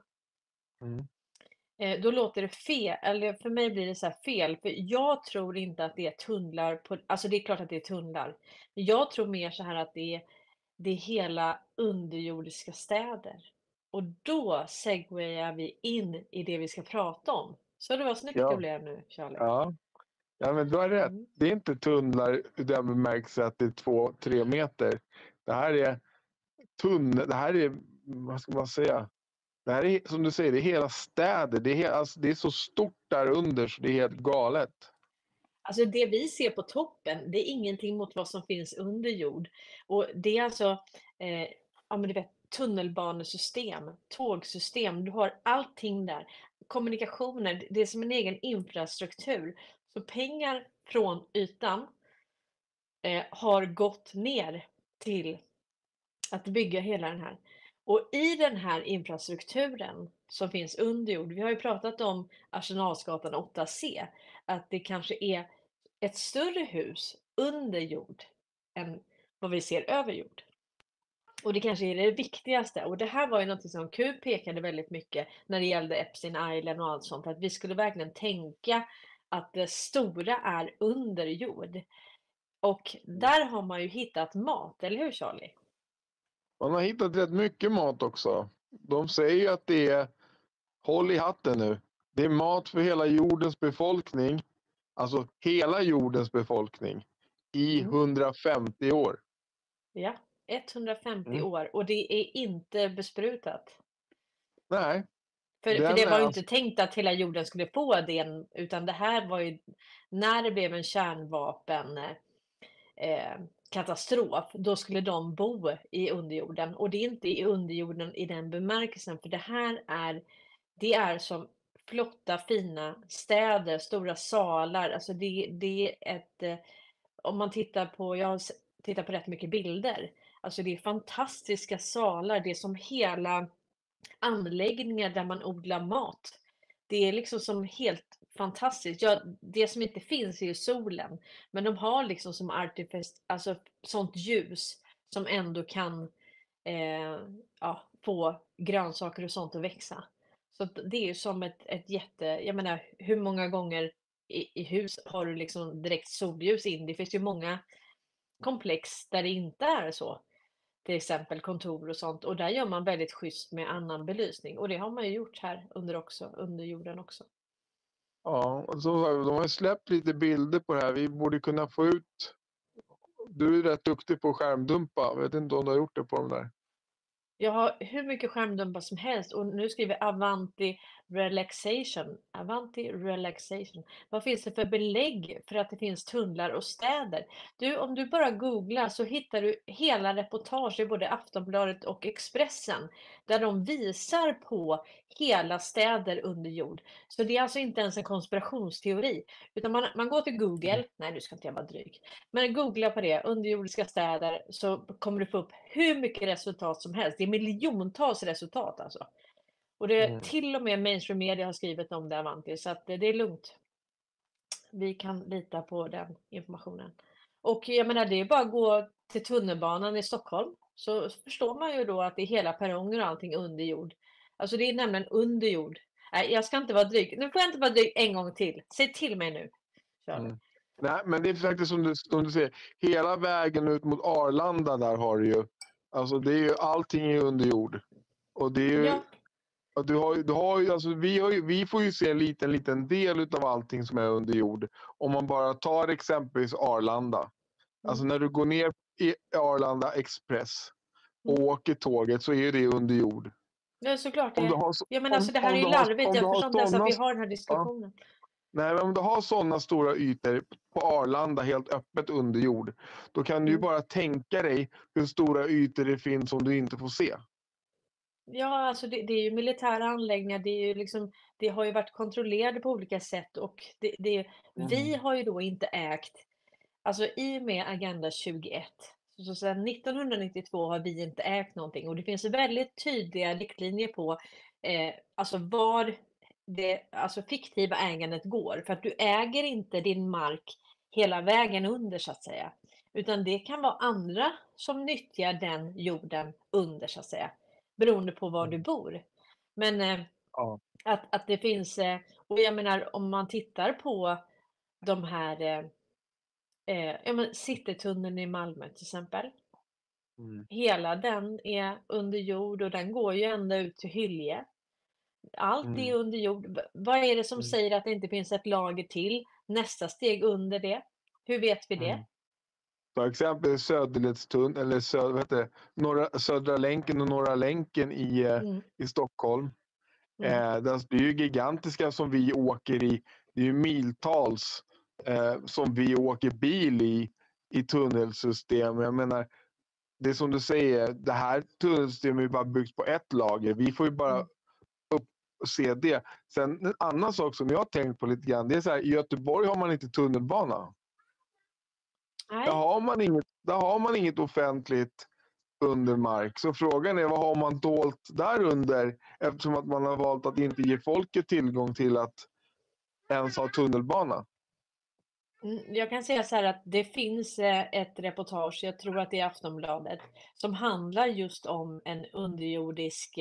då låter det fel, eller för mig blir det så här fel, för jag tror inte att det är tunnlar på, alltså det är klart att det är tunnlar. Men jag tror mer så här att det är hela underjordiska städer. Och då segwayar vi in i det vi ska prata om. Så det var snyggt det Ja, blev nu, Charlie. ja, men du har rätt. Det är inte tunnlar i den bemärkelsen att det är 2-3 meter. Det här är det här är, vad ska man säga? Det här är, som du säger, det är hela städer. Det är så stort där under så det är helt galet. Alltså det vi ser på toppen, det är ingenting mot vad som finns under jord. Och det är alltså, ja men du vet, tunnelbanesystem, tågsystem, du har allting där. Kommunikationer, det är som en egen infrastruktur. Så pengar från ytan har gått ner till att bygga hela den här. Och i den här infrastrukturen som finns under jord, vi har ju pratat om Arsenalsgatan 8C, att det kanske är ett större hus under jord än vad vi ser över jord. Och det kanske är det viktigaste. Och det här var ju något som Q pekade väldigt mycket när det gällde Epstein Island och allt sånt. Att vi skulle verkligen tänka att det stora är under jord. Och där har man ju hittat mat, eller hur Charlie? Man har hittat rätt mycket mat också. De säger ju att det är, håll i hatten nu, det är mat för hela jordens befolkning. Alltså hela jordens befolkning i 150 år. Ja. 150 Mm. år och det är inte besprutat. Nej, För den det är var ju alltså... inte tänkt att hela jorden skulle få det, utan det här var ju när det blev en kärnvapen katastrof, då skulle de bo i underjorden. Och det är inte i underjorden i den bemärkelsen, för det är som flotta, fina städer, stora salar. Alltså det är om man tittar på, jag har tittat på rätt mycket bilder. Alltså det är fantastiska salar, det är som hela anläggningar där man odlar mat. Det är liksom som helt fantastiskt. Ja, det som inte finns är ju solen, men de har liksom som alltså sånt ljus som ändå kan eh, ja, få grönsaker och sånt att växa. Så att det är ju som ett jag menar, hur många gånger i hus har du liksom direkt solljus in? Det finns ju många komplex där det inte är så. Till exempel kontor och sånt. Och där gör man väldigt schysst med annan belysning. Och det har man ju gjort här under jorden också. Ja, och så, de har ju släppt lite bilder på det här. Vi borde kunna få ut... Du är rätt duktig på att skärmdumpa. Jag vet inte om du har gjort det på de där. Jag har hur mycket skärmdumpar som helst och nu skriver Avanti Relaxation. Avanti Relaxation. Vad finns det för belägg för att det finns tunnlar och städer? Du, om du bara googlar så hittar du hela reportage i både Aftonbladet och Expressen där de visar på hela städer under jord. Så det är alltså inte ens en konspirationsteori, utan man går till Google. Nej, nu ska inte jag vara dryg. Men googla på det, underjordiska städer, så kommer du få upp hur mycket resultat som helst. Det är miljontals resultat alltså. Och det Mm. till och med mainstream media har skrivit om det, Avanti, så att det är lugnt. Vi kan lita på den informationen. Och jag menar, det är bara att gå till tunnelbanan i Stockholm så förstår man ju då att det är hela perronger och allting under jord. Alltså det är nämligen under jord. Nej, jag ska inte vara dryg. Nu får jag inte vara dryg en gång till. Säg till mig nu. Kör. Mm. Nej, men det är faktiskt som du säger. Hela vägen ut mot Arlanda där har du ju... Alltså det är ju allting är under jord. Och det är ju... Ja. Ja, du har ju, alltså, vi får ju se en liten del av allting som är under jord. Om man bara tar exempelvis Arlanda. Alltså Mm. när du går ner i Arlanda Express och Mm. åker tåget så är det under jord. Ja, såklart det Om du är. har, Ja, men alltså det här är om ju du har, larvigt. om du Jag har förstår inte ens att sådana... vi har den här Ja, diskussionen. nej, men om du har sådana stora ytor på Arlanda helt öppet under jord, då kan du ju Mm. bara tänka dig hur stora ytor det finns som du inte får se. Ja, alltså det är ju militära anläggningar. Det är ju liksom, det har ju varit kontrollerade på olika sätt och vi Mm. har ju då inte ägt, alltså i och med Agenda 21, så sedan 1992 har vi inte ägt någonting och det finns väldigt tydliga riktlinjer på alltså var det alltså fiktiva ägandet går. För att du äger inte din mark hela vägen under så att säga. Utan det kan vara andra som nyttjar den jorden under så att säga. Beroende på var du Mm. bor. Men Ja. att det finns, och jag menar om man tittar på de här ja, men Citytunneln i Malmö till exempel. Mm. Hela den är under jord och den går ju ända ut till Hyllie. Allt är Mm. under jord. Vad är det som Mm. säger att det inte finns ett lager till? Nästa steg under det? Hur vet vi det? Mm. Till exempel Söderledstunneln eller vad heter det? Södra länken och Norra länken Mm, i Stockholm. mm, Det är ju gigantiska som vi åker i. Det är ju miltals som vi åker bil i tunnelsystem. Jag menar, det är som du säger, det här tunnelsystemet är bara byggt på ett lager. Vi får ju bara mm. upp och se det. Sen en annan sak som jag har tänkt på lite grann, det är så här, i Göteborg har man inte tunnelbana. Nej. Där har man inget offentligt under mark. Så frågan är, vad har man dolt där under, eftersom att man har valt att inte ge folket tillgång till att ens ha tunnelbana. Jag kan säga så här att det finns ett reportage, jag tror att det är Aftonbladet, som handlar just om en underjordisk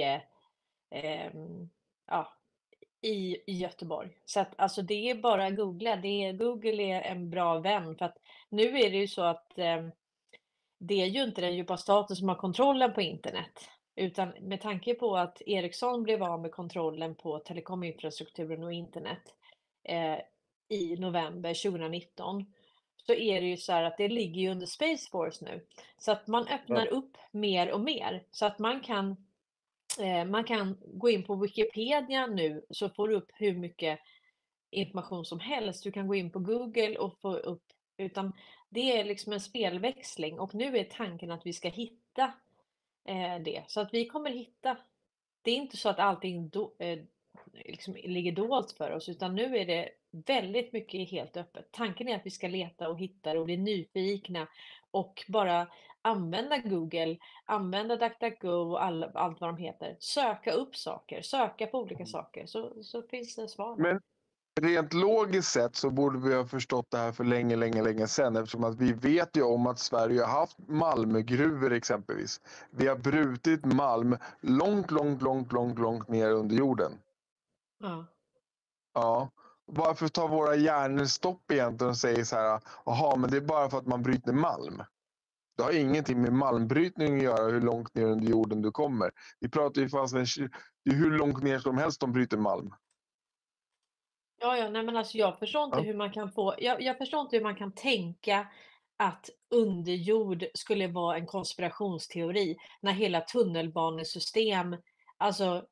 ja, i Göteborg. Så att alltså det är bara att googla. Google är en bra vän för att nu är det ju så att det är ju inte den djupa staten som har kontrollen på internet. Utan med tanke på att Ericsson blev av med kontrollen på telekominfrastrukturen och internet i november 2019 så är det ju så här att det ligger ju under Space Force nu. Så att man Ja. öppnar upp mer och mer så att man kan gå in på Wikipedia nu så får du upp hur mycket information som helst. Du kan gå in på Google och få upp, utan det är liksom en spelväxling och nu är tanken att vi ska hitta det. Så att vi kommer hitta. Det är inte så att allting liksom ligger dolt för oss, utan nu är det väldigt mycket helt öppet. Tanken är att vi ska leta och hitta det och bli nyfikna och bara använda Google, använda DuckDuckGo och allt vad de heter. Söka upp saker, söka på olika saker så finns det svar. Men rent logiskt sett så borde vi ha förstått det här för länge sedan, eftersom att vi vet ju om att Sverige har haft malmgruvor exempelvis. Vi har brutit malm långt ner under jorden. Ja. Ja. Varför tar våra hjärnor stopp egentligen och säger så här, jaha, men det är bara för att man bryter malm. Det har ingenting med malmbrytning att göra hur långt ner under jorden du kommer. Vi pratar ju fast det är hur långt ner som helst de bryter malm. Ja, nej men alltså jag förstår inte Ja. hur man kan få, jag förstår inte hur man kan tänka att underjord skulle vara en konspirationsteori när hela tunnelbanesystem, alltså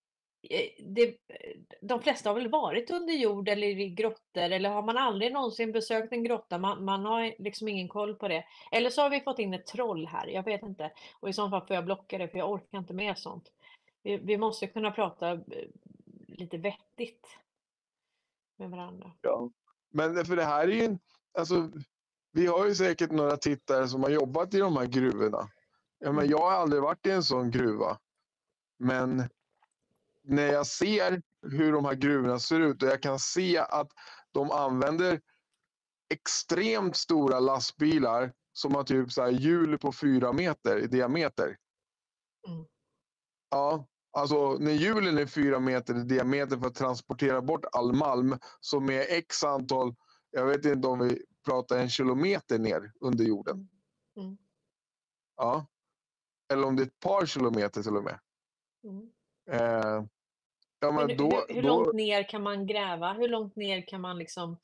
de flesta har väl varit under jord eller i grottor, eller har man aldrig någonsin besökt en grotta? Man har liksom ingen koll på det. Eller så har vi fått in ett troll här, jag vet inte. Och i så fall får jag blocka det för jag orkar inte med sånt. Vi måste kunna prata lite vettigt med varandra. Ja. Men för det här är ju alltså, vi har ju säkert några tittare som har jobbat i de här gruvorna. Ja, men jag har aldrig varit i en sån gruva. Men när jag ser hur de här gruvorna ser ut och jag kan se att de använder extremt stora lastbilar som har typ så här hjul på 4 meter i diameter. Mm. Ja, alltså när hjulen är 4 meter i diameter för att transportera bort all malm som är x antal, jag vet inte om vi pratar 1 kilometer ner under jorden. Mm. Ja. Eller om det är ett par kilometer till och med. Mm. Ja, men Hur långt ner kan man gräva? Hur långt ner kan man liksom...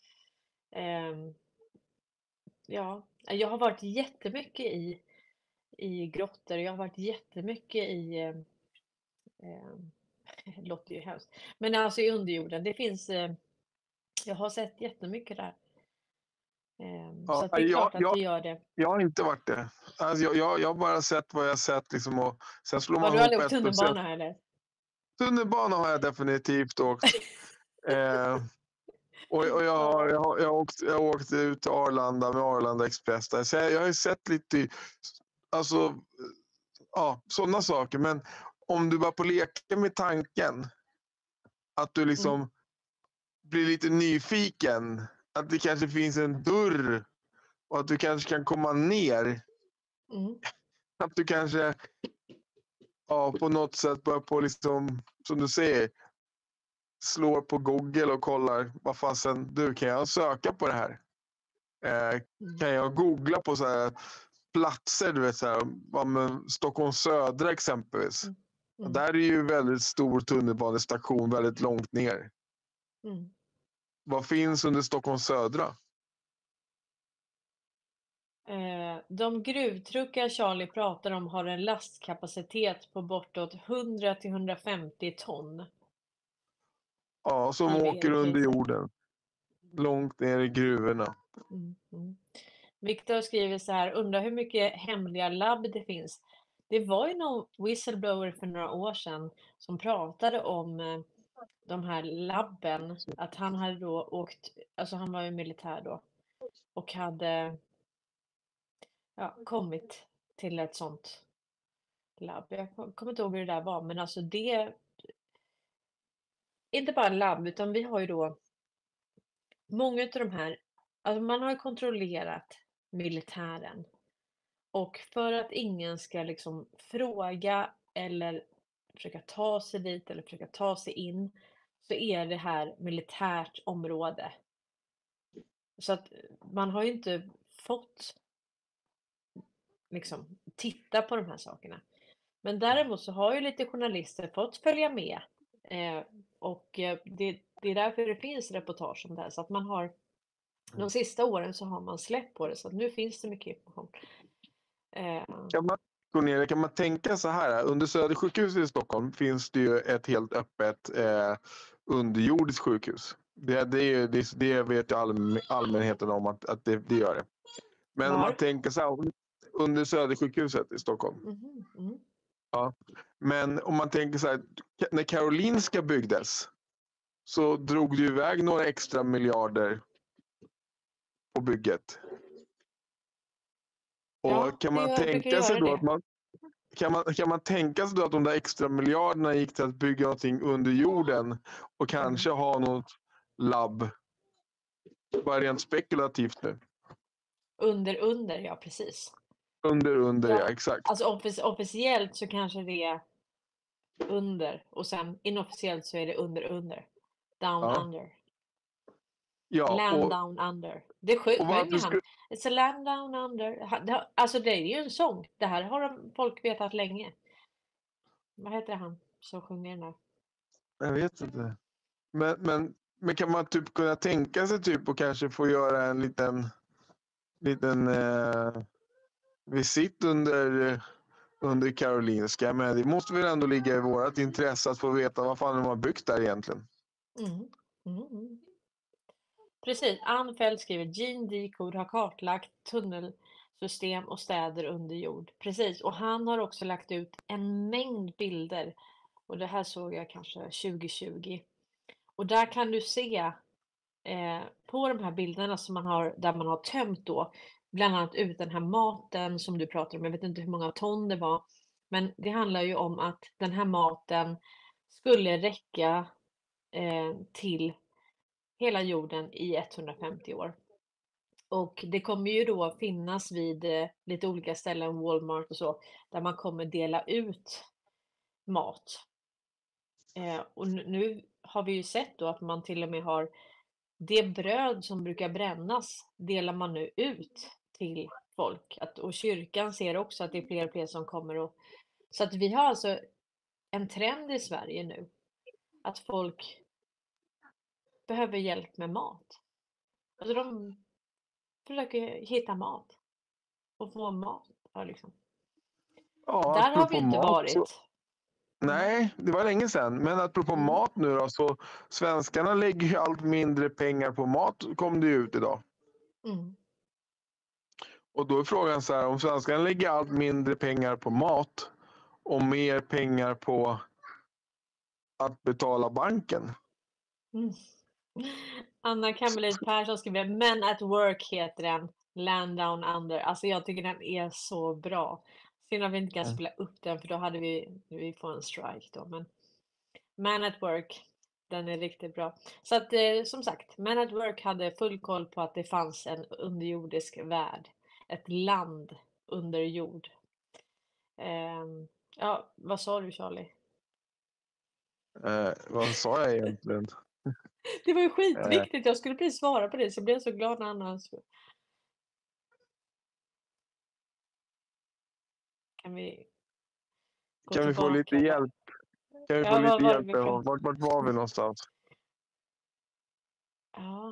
ja, jag har varit jättemycket i grottor. Jag har varit jättemycket i... det låter ju hemskt. Men alltså i underjorden. Det finns... jag har sett jättemycket där. Så att det är klart att det gör det. Jag har inte varit det. Alltså jag har bara sett vad jag har sett. Liksom, och sen slår man Har du aldrig ihop åkt tunnelbana eller? Tunnelbana har jag definitivt åkt. Och jag har åkt ut till Arlanda med Arlanda Express där. Så jag har ju sett lite, alltså, ja, sådana saker. Men om du bara på leka med tanken att du liksom blir lite nyfiken, att det kanske finns en dörr och att du kanske kan komma ner. Att du kanske på något sätt börjar på, liksom, som du säger, slår på Google och kollar vad fasen, kan jag söka på det här? Kan jag googla på så här platser, du vet, så här, Stockholm södra exempelvis. Där är ju väldigt stor tunnelbanestation väldigt långt ner. Vad finns under Stockholm södra? De gruvtruckar Charlie pratar om har en lastkapacitet på bortåt 100 till 150 ton. Ja, som åker under jorden. Långt ner i gruvorna. Viktor skriver så här, undrar hur mycket hemliga labb det finns. Det var ju någon whistleblower för några år sedan som pratade om de här labben. Att han hade då åkt, alltså han var ju militär då. Och hade kommit till ett sånt labb. Jag kommer inte ihåg hur det där var, men alltså det... Inte bara labb, utan vi har ju då många av de här, alltså man har ju kontrollerat militären. Och för att ingen ska liksom fråga eller försöka ta sig dit eller försöka ta sig in, så är det här militärt område. Så att man har ju inte fått liksom titta på de här sakerna. Men däremot så har ju lite journalister fått följa med. Och det är därför det finns reportage om det här. Så att man har De sista åren så har man släppt på det, så att nu finns det mycket information. Cornelia, kan man tänka så här? Under Södersjukhuset i Stockholm finns det ju ett helt öppet underjordiskt sjukhus. Det vet ju allmänheten om att det gör det. Men om man tänker så här, under Södersjukhuset i Stockholm. Ja. Men om man tänker så här, när Karolinska byggdes så drog det iväg några extra miljarder på bygget. Och Ja, kan man tänka sig då att kan man tänka sig då att de där extra miljarderna gick till att bygga någonting under jorden och kanske ha något labb, bara rent spekulativt nu? Under, ja precis. Under, ja exakt. Alltså officiellt så kanske det är under och sen inofficiellt så är det under. Down under. Ja, land down under. Det sjunger han. It's a land down under. Alltså det är ju en sång. Det här har folk vetat länge. Vad heter han som sjunger den här? Jag vet inte. Men kan man typ kunna tänka sig typ och kanske få göra en liten visit under Karolinska, men det måste väl ändå ligga i vårt intresse att få veta vad fan de har byggt där egentligen. Precis, Anfeld skriver Gene Decode har kartlagt tunnelsystem och städer under jord. Precis, och han har också lagt ut en mängd bilder och det här såg jag kanske 2020. Och där kan du se på de här bilderna som man har, där man har tömt då, bland annat ut den här maten som du pratar om. Jag vet inte hur många ton det var, men det handlar ju om att den här maten skulle räcka till hela jorden i 150 år. Och det kommer ju då finnas vid lite olika ställen, Walmart och så, där man kommer dela ut mat. Och nu har vi ju sett då att man till och med har det bröd som brukar brännas delar man nu ut till folk. Och kyrkan ser också att det är fler och fler som kommer. Så att vi har alltså en trend i Sverige nu att folk behöver hjälp med mat. Alltså de försöker hitta mat och få mat. Ja, liksom. Ja, där har vi inte varit. Så... Nej, det var länge sedan. Men apropå mat nu då, så svenskarna lägger ju allt mindre pengar på mat, kom det ut idag. Och då är frågan så här, om svenskarna lägger allt mindre pengar på mat och mer pengar på att betala banken. Anna Kammerlid Persson skriver Men at Work heter den, Land Down Under. Alltså jag tycker den är så bra. Synd att vi inte kan spela upp den för då hade vi får en strike då. Men Man at Work, den är riktigt bra. Så att som sagt, Man at Work hade full koll på att det fanns en underjordisk värld. Ett land under jord. Ja, vad sa du Charlie? Vad sa jag egentligen? Det var ju skitviktigt. Jag skulle precis svara på det så jag blev så glad när Anna. Kan vi få lite hjälp? Kan vi få lite hjälp? Vart var vi någonstans? Ja.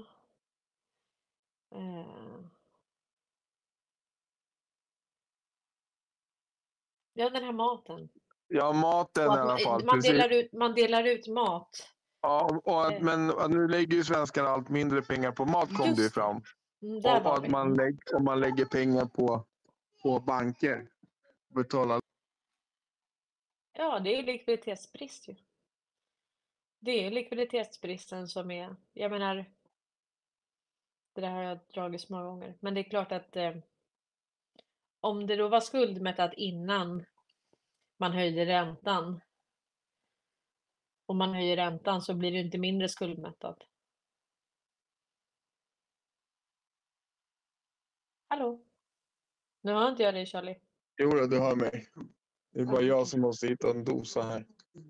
Ja, den här maten. Ja, maten i alla fall. Man delar ut mat. Ja, men nu lägger ju svenskarna allt mindre pengar på mat, kom det ju fram. Och att man lägger pengar på banker. Betala. Ja, det är likviditetsbrist ju. Det är likviditetsbristen som är, jag menar, det där har jag dragit många gånger. Men det är klart att om det då var skuldmättat innan man höjde räntan. Om man höjer räntan så blir det inte mindre skuldmättat. Hallå? Nu hör inte jag dig Charlie. Jo, du hör mig. Det är bara jag som måste hitta en dosa här.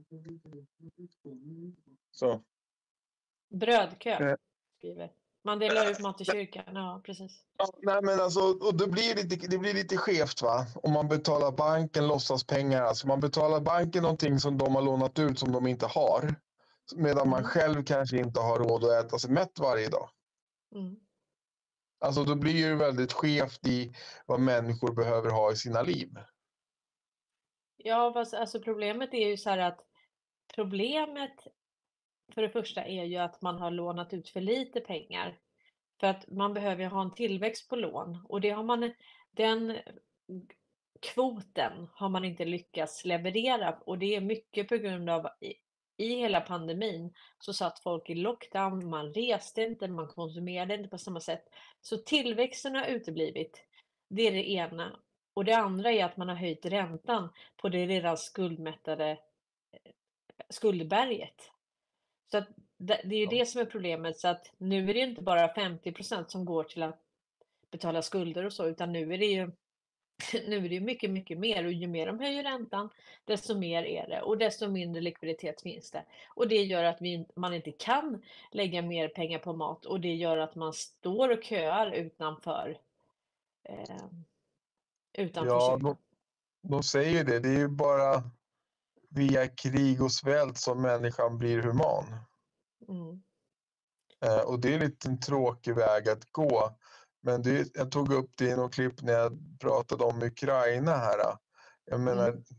Så. Brödkö, skriver. Man delar ut mat i kyrkan, ja precis. Ja, nej men alltså, och det blir lite skevt va? Om man betalar banken låtsaspengar. Alltså man betalar banken någonting som de har lånat ut som de inte har. Medan man själv kanske inte har råd att äta sig mätt varje dag. Alltså då blir det väldigt skevt i vad människor behöver ha i sina liv. Ja, fast alltså problemet är ju så här att problemet för det första är ju att man har lånat ut för lite pengar. För att man behöver ju ha en tillväxt på lån och det har man, den kvoten har man inte lyckats leverera och det är mycket på grund av i hela pandemin så satt folk i lockdown, man reste inte, man konsumerade inte på samma sätt. Så tillväxten har uteblivit. Det är det ena. Och det andra är att man har höjt räntan på det redan skuldmättade skuldberget. Så att det är ju Ja. det som är problemet. Så att nu är det inte bara 50% som går till att betala skulder och så, utan nu är det ju nu är det ju mycket, mycket mer och ju mer de höjer räntan, desto mer är det och desto mindre likviditet finns det. Och det gör att man inte kan lägga mer pengar på mat och det gör att man står och köar eh, utanför Ja, kyrkan. de säger det. Det är ju bara via krig och svält som människan blir human. Mm. Och det är lite en tråkig väg att gå. Men jag tog upp det i något klipp när jag pratade om Ukraina här. Jag menar, Mm.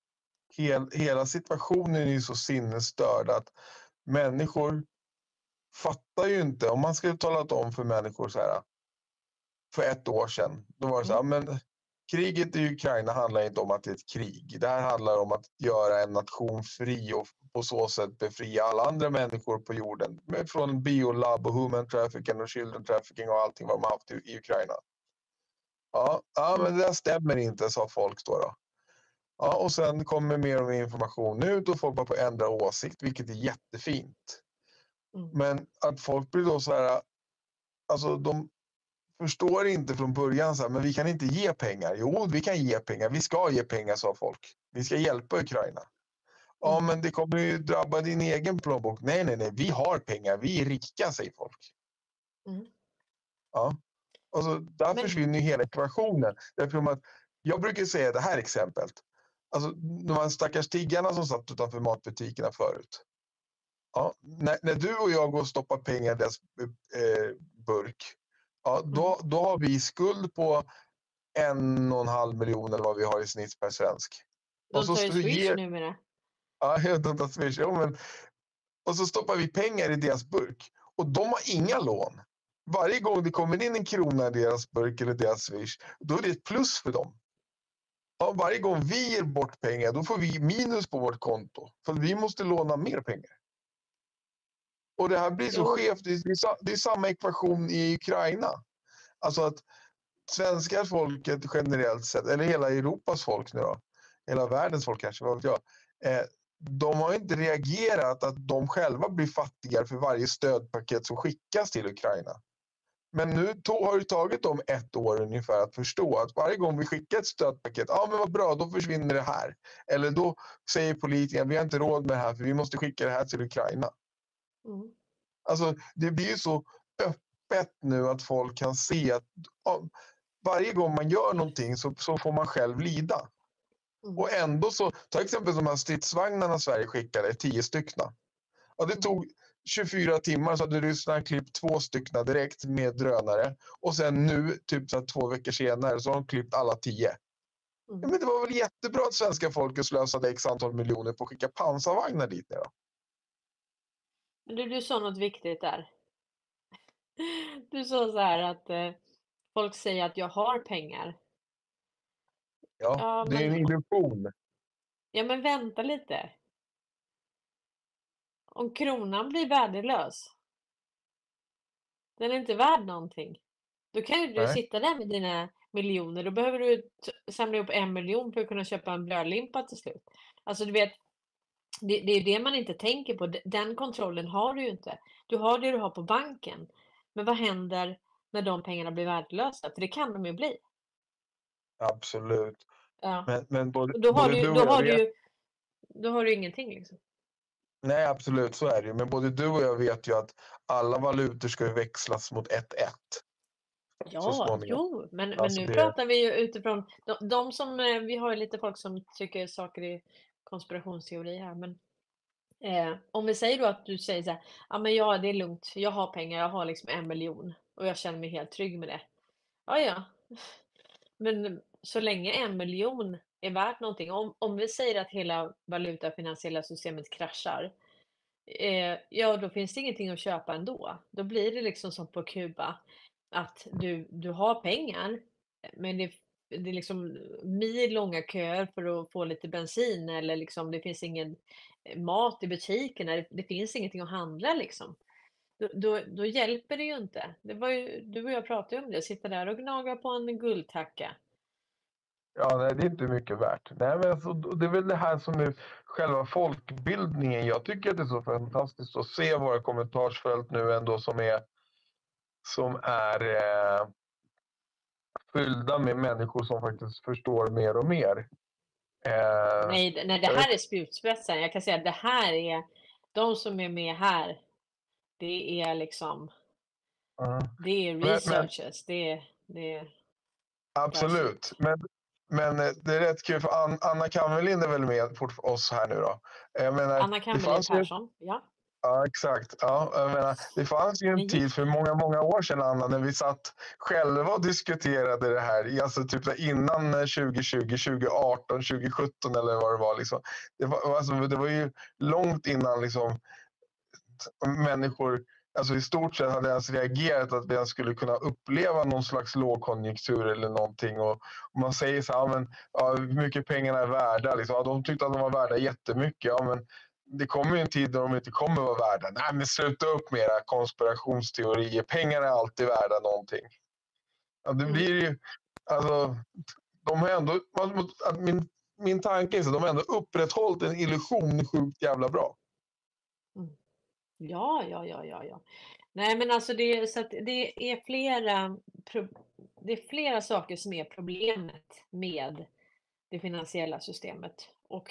hela situationen är ju så sinnesstörd att människor fattar ju inte. Om man skulle talat om för människor så här för 1 år sedan, då var det så här, Mm. men kriget i Ukraina handlar inte om att det är ett krig. Det här handlar om att göra en nation fri och på så sätt befria alla andra människor på jorden från biolab och human trafficking och children trafficking och allting vad man haft i Ukraina. Ja, men Mm. det där stämmer inte, sa folk då. Ja, och sen kommer mer och mer information ut och folk bara får ändra åsikt, vilket är jättefint. Mm. Men att folk blir då så här, alltså de förstår inte från början så här, men vi kan inte ge pengar. Jo, vi kan ge pengar. Vi ska ge pengar, sa folk. Vi ska hjälpa Ukraina. Ja, Mm. men det kommer ju drabba din egen plånbok. Nej. Vi har pengar. Vi är rika, säger folk. Mm. Ja. Och så där Men försvinner ju hela ekvationen. Därför att jag brukar säga det här exemplet. Alltså, de här stackars tiggarna som satt utanför matbutikerna förut. Ja, när du och jag går och stoppar pengar i deras burk, ja, mm. då har vi skuld på 1,5 miljon eller vad vi har i snitt per svensk. Och De så tar ju Swish ger, numera. ja, jag vet inte att Swish, ja, men, och så stoppar vi pengar i deras burk. Och de har inga lån. Varje gång det kommer in en krona i deras burk eller deras Swish, då är det ett plus för dem. Ja, varje gång vi ger bort pengar, då får vi minus på vårt konto. För vi måste låna mer pengar. Och det här blir så Jo, skevt. Det är samma ekvation i Ukraina. Alltså att svenska folket generellt sett, eller hela Europas folk nu då, hela världens folk kanske, vad vet jag, de har inte reagerat att de själva blir fattigare för varje stödpaket som skickas till Ukraina. Men nu har det tagit dem 1 år ungefär att förstå att varje gång vi skickar ett stödpaket, ja men vad bra, då försvinner det här. Eller då säger politikerna, vi har inte råd med det här för vi måste skicka det här till Ukraina. mm. Alltså det blir ju så öppet nu att folk kan se att varje gång man gör någonting så får man själv lida. Mm. Och ändå så, ta exempel de här stridsvagnarna Sverige skickade, 10 stycken. Ja, det tog 24 timmar så hade Ryssland klippt 2 stycken direkt med drönare. Och sen nu, typ så 2 veckor senare, så har de klippt alla 10. Ja, Mm. men det var väl jättebra att svenska folket slösade x antal miljoner på att skicka pansarvagnar dit nu då. Men du sa något viktigt där. Du sa så här att folk säger att jag har pengar. Ja, Ja, det är en illusion. men vänta lite. Om kronan blir värdelös, den är inte värd någonting. Då kan ju du Nej, sitta där med dina miljoner. Då behöver du samla ihop 1 miljon för att kunna köpa en brödlimpa till slut. Alltså du vet, det är det man inte tänker på. Den kontrollen har du ju inte. Du har det du har på banken. Men vad händer när de pengarna blir värdelösa? För det kan de ju bli. absolut. Ja. Men Och då har både du ju du och jag vet. då har du ingenting liksom. Nej, absolut, så är det ju. Men både du och jag vet ju att alla valutor ska ju växlas mot 1-1 så Ja, småningom. jo, men Alltså nu det, pratar vi ju utifrån de som vi har ju lite folk som tycker saker är konspirationsteori här, men om vi säger då att du säger så här, ja men ja, det är lugnt, jag har pengar, jag har liksom 1 miljon. och jag känner mig helt trygg med det. Ja, ja. Men så länge 1 miljon är värt någonting, om vi säger att hela valutafinansiella systemet kraschar, ja, då finns det ingenting att köpa ändå. Då blir det liksom som på Kuba, att du har pengar, men det är liksom millånga köer för att få lite bensin eller liksom det finns ingen mat i butikerna. Det finns ingenting att handla liksom. Då hjälper det ju inte. Det var ju, du och jag pratade ju om det, sitta där och gnaga på en guldtacka. Ja, nej, det är inte mycket värt. Nej, men alltså, det är väl det här som är själva folkbildningen. Jag tycker att det är så fantastiskt att se våra kommentarsfält nu ändå som är fyllda med människor som faktiskt förstår mer och mer. Nej, det Jag vet, här är spjutspetsen. Jag kan säga att det här är de som är med här. Det är liksom, ja. det är Men researchers. Det är absolut. classic. Men det är rätt kul för Anna Kammerlind är väl med oss här nu då. Jag menar, Anna det Kammerlid fanns ju. Persson. Ja, Ja, exakt. Ja, jag menar, det fanns ju hon är en tid gift. för många, många år sedan, Anna, när vi satt själva och diskuterade det här. Alltså typ innan 2020, 2018, 2017 eller vad det var. Liksom. Det var ju långt innan liksom, människor alltså i stort sett hade ens reagerat att vi ens skulle kunna uppleva någon slags lågkonjunktur eller någonting. Och man säger så här, men, ja, hur mycket pengarna är värda. Liksom. Ja, de tyckte att de var värda jättemycket. Ja, men det kommer ju en tid då de inte kommer vara värda. Nej, men sluta upp med era konspirationsteorier. Pengar är alltid värda någonting. Ja, det Mm, blir ju, alltså, de har ändå, min tanke är så att de har ändå upprätthållit en illusion sjukt jävla bra. mm. Ja, ja, ja, ja, ja. Nej, men alltså så att det är det är flera saker som är problemet med det finansiella systemet.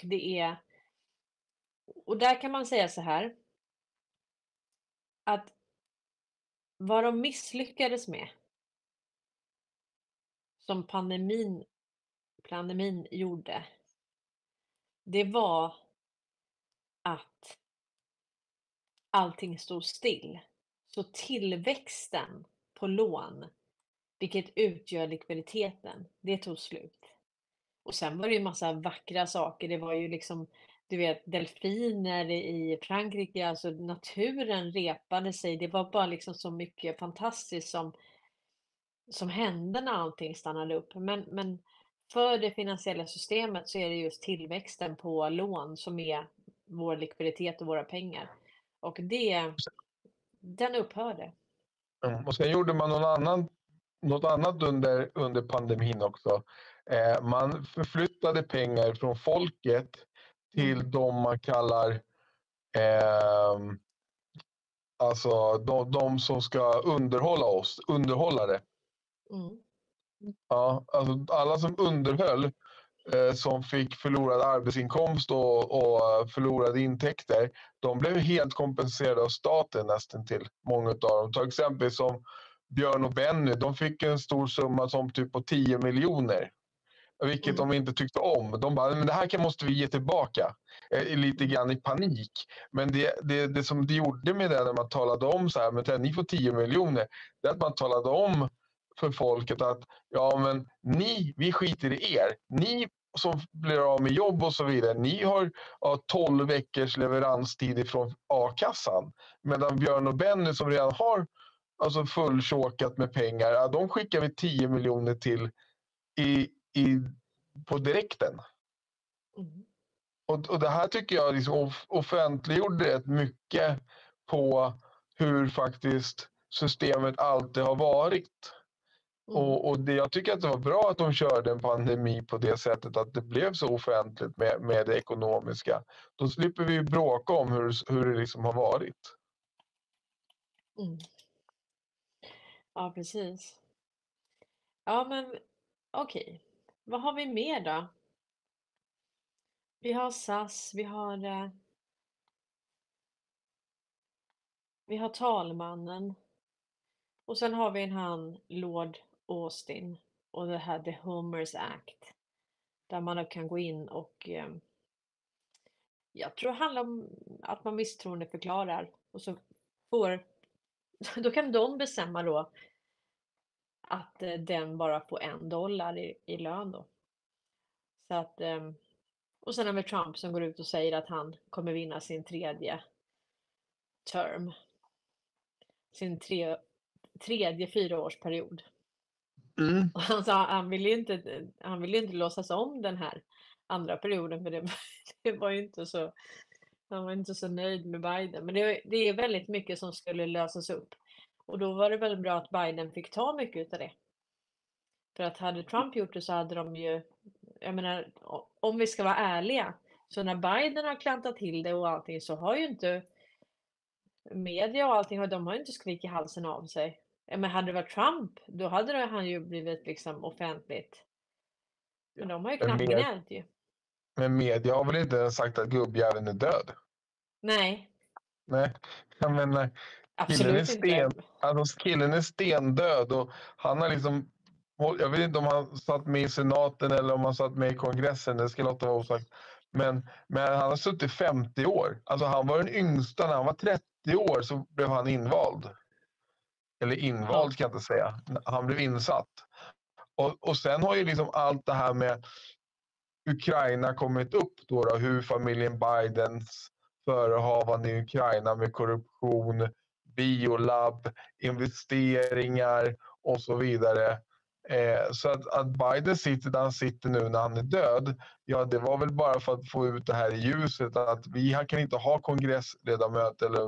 Och där kan man säga så här, att vad de misslyckades med, som pandemin gjorde, det var att allting stod still. Så tillväxten på lån, vilket utgör likviditeten, det tog slut. Och sen var det ju massa vackra saker. Det var ju liksom, du vet, delfiner i Frankrike, alltså naturen repade sig. Det var bara liksom så mycket fantastiskt som hände när allting stannade upp. Men för det finansiella systemet så är det just tillväxten på lån som är vår likviditet och våra pengar. Och den upphörde. Och sen gjorde man något annat under pandemin också. Man förflyttade pengar från folket Mm, till de man kallar eh, alltså de som ska underhålla oss, underhållare. mm, Ja, alltså alla som underhöll som fick förlorad arbetsinkomst och förlorade intäkter, de blev helt kompenserade av staten nästan till många av dem. Ta exempel som Björn och Benny, de fick en stor summa som typ på 10 miljoner. Vilket mm, de inte tyckte om. De bara, men det här måste vi ge tillbaka. Lite grann i panik. Men det som de gjorde med det när man talade om så här, men ni får 10 miljoner. Det är att man talade om för folket att ja men vi skiter i er. Ni som blir av med jobb och så vidare. Ni har 12 veckors leveranstid ifrån a-kassan. Medan Björn och Benny som redan har alltså fulltjåkat med pengar. Ja, de skickar vi 10 miljoner till i, på direkten. mm, Och det här tycker jag liksom offentliggjorde rätt mycket på hur faktiskt systemet alltid har varit. mm. Jag tycker att det var bra att de körde en pandemi på det sättet att det blev så offentligt med det ekonomiska. Då slipper vi bråka om hur det liksom har varit. Mm. Ja, precis. Ja, men okej. Vad har vi mer då? Vi har SAS, vi har talmannen och sen har vi han Lord Austin och det här The Homers Act där man då kan gå in och jag tror det handlar om att man misstroendeförklarar och så får då kan de bestämma då att den bara får $1 i lön då. Så att, och sen har vi Trump som går ut och säger att han kommer vinna sin tredje term. Sin tredje 4-årsperiod. Mm. Och han sa han vill ju inte låtsas om den här andra perioden för det var ju inte så, han var inte så nöjd med Biden. Men det är väldigt mycket som skulle lösas upp. Och då var det väl bra att Biden fick ta mycket utav det. För att hade Trump gjort det så hade de ju, jag menar, om vi ska vara ärliga, så när Biden har klantat till det och allting så har ju inte media och allting, de har ju inte skrikit halsen av sig. Men hade det varit Trump, då hade han ju blivit liksom offentligt. Men de har ju knappt gnällt ju. Men media har väl inte ens sagt att gubbjäveln är död? Nej, Nej, jag menar, absolut inte. killen är stendöd och han har liksom, jag vet inte om han satt med i senaten eller om han satt med i kongressen, det ska låta vara osagt. Men han har suttit 50 år. Alltså han var den yngsta, när han var 30 år så blev han invald. Eller invald ska jag inte säga. Han blev insatt. Och sen har ju liksom allt det här med Ukraina kommit upp då, hur familjen Bidens förehavande i Ukraina med korruption, biolab, investeringar och så vidare. Så att Biden sitter där han sitter nu när han är död, ja det var väl bara för att få ut det här i ljuset att vi kan inte ha kongressledamöter eller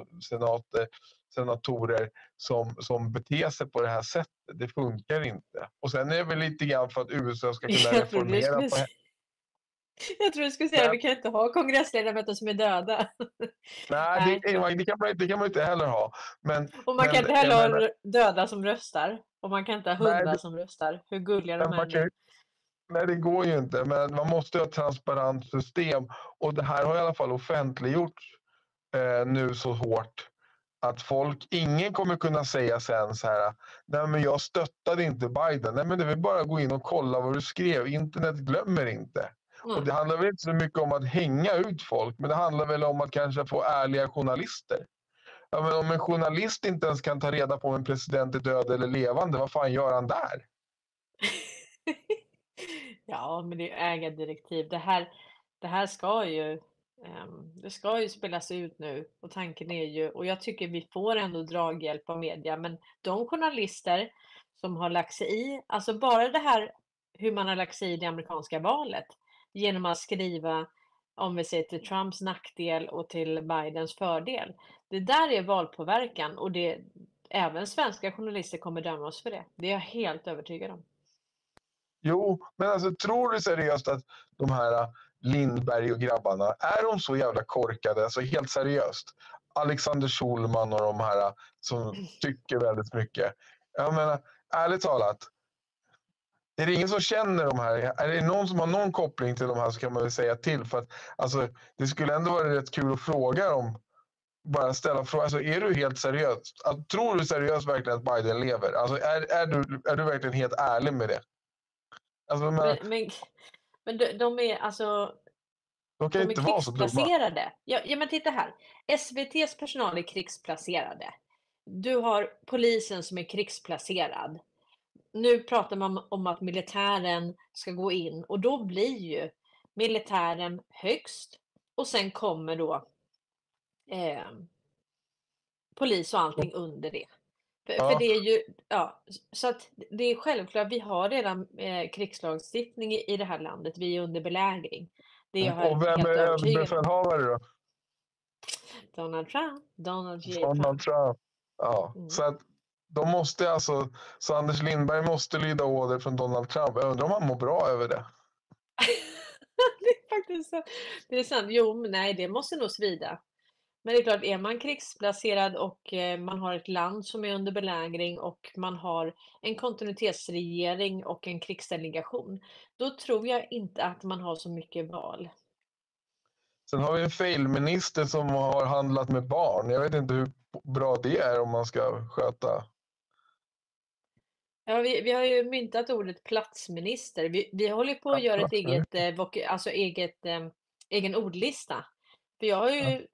senatorer som beter sig på det här sättet. Det funkar inte. Och sen är det väl lite grann för att USA ska kunna reformera. Jag tror du skulle säga att vi kan inte ha kongressledamöter som är döda. Nej, det kan man inte heller ha. Och man kan inte heller ha döda som röstar. Och man kan inte ha hundar som röstar. Hur gulliga de är. Nej, det går ju inte. Men man måste ha ett transparent system. Och det här har i alla fall offentliggjorts nu så hårt att ingen kommer kunna säga sen så här: nej men jag stöttade inte Biden. Nej men det vill bara gå in och kolla vad du skrev. Internet glömmer inte. Och det handlar väl inte så mycket om att hänga ut folk, men det handlar väl om att kanske få ärliga journalister. Ja, men om en journalist inte ens kan ta reda på om en president är död eller levande, vad fan gör han där? Ja, men det är ägardirektiv. Det här det ska ju spelas ut nu och tanken är ju, och jag tycker vi får ändå draghjälp av media, men de journalister som har lagt sig i, alltså bara det här hur man har lagt sig i det amerikanska valet genom att skriva, om vi ser till Trumps nackdel och till Bidens fördel. Det där är valpåverkan och även svenska journalister kommer döma oss för det. Det är jag helt övertygad om. Jo, men alltså tror du seriöst att de här Lindberg och grabbarna, är de så jävla korkade? Alltså helt seriöst. Alexander Schulman och de här som tycker väldigt mycket. Jag menar, ärligt talat, är det ingen som känner de här? Är det någon som har någon koppling till de här så kan man väl säga till. För att alltså, det skulle ändå vara rätt kul att fråga dem. Bara ställa frågan. Alltså, är du helt seriös? Alltså, tror du seriöst verkligen att Biden lever? Alltså, är du verkligen helt ärlig med det? Alltså, men de är alltså... De kan inte vara så krigsplacerade. Ja, men titta här. SVT:s personal är krigsplacerade. Du har polisen som är krigsplacerad. Nu pratar man om att militären ska gå in och då blir ju militären högst och sen kommer då polis och allting under det. För det är ju, ja, så att det är självklart, vi har redan krigslagstiftning i det här landet. Vi är under belägring. Det är jag och vem är överbefälhavare då? Donald Trump. Donald Trump. Ja, så att de måste alltså, så Anders Lindberg måste lyda order från Donald Trump. Jag undrar om han mår bra över det. Det är faktiskt så. Det är sant. Jo, men nej, det måste nog svida. Men det är klart, är man krigsplacerad och man har ett land som är under belägring och man har en kontinuitetsregering och en krigsdelegation, då tror jag inte att man har så mycket val. Sen har vi en failminister som har handlat med barn. Jag vet inte hur bra det är om man ska sköta. Ja, vi har ju myntat ordet platsminister. Vi håller på att göra ett egen ordlista. För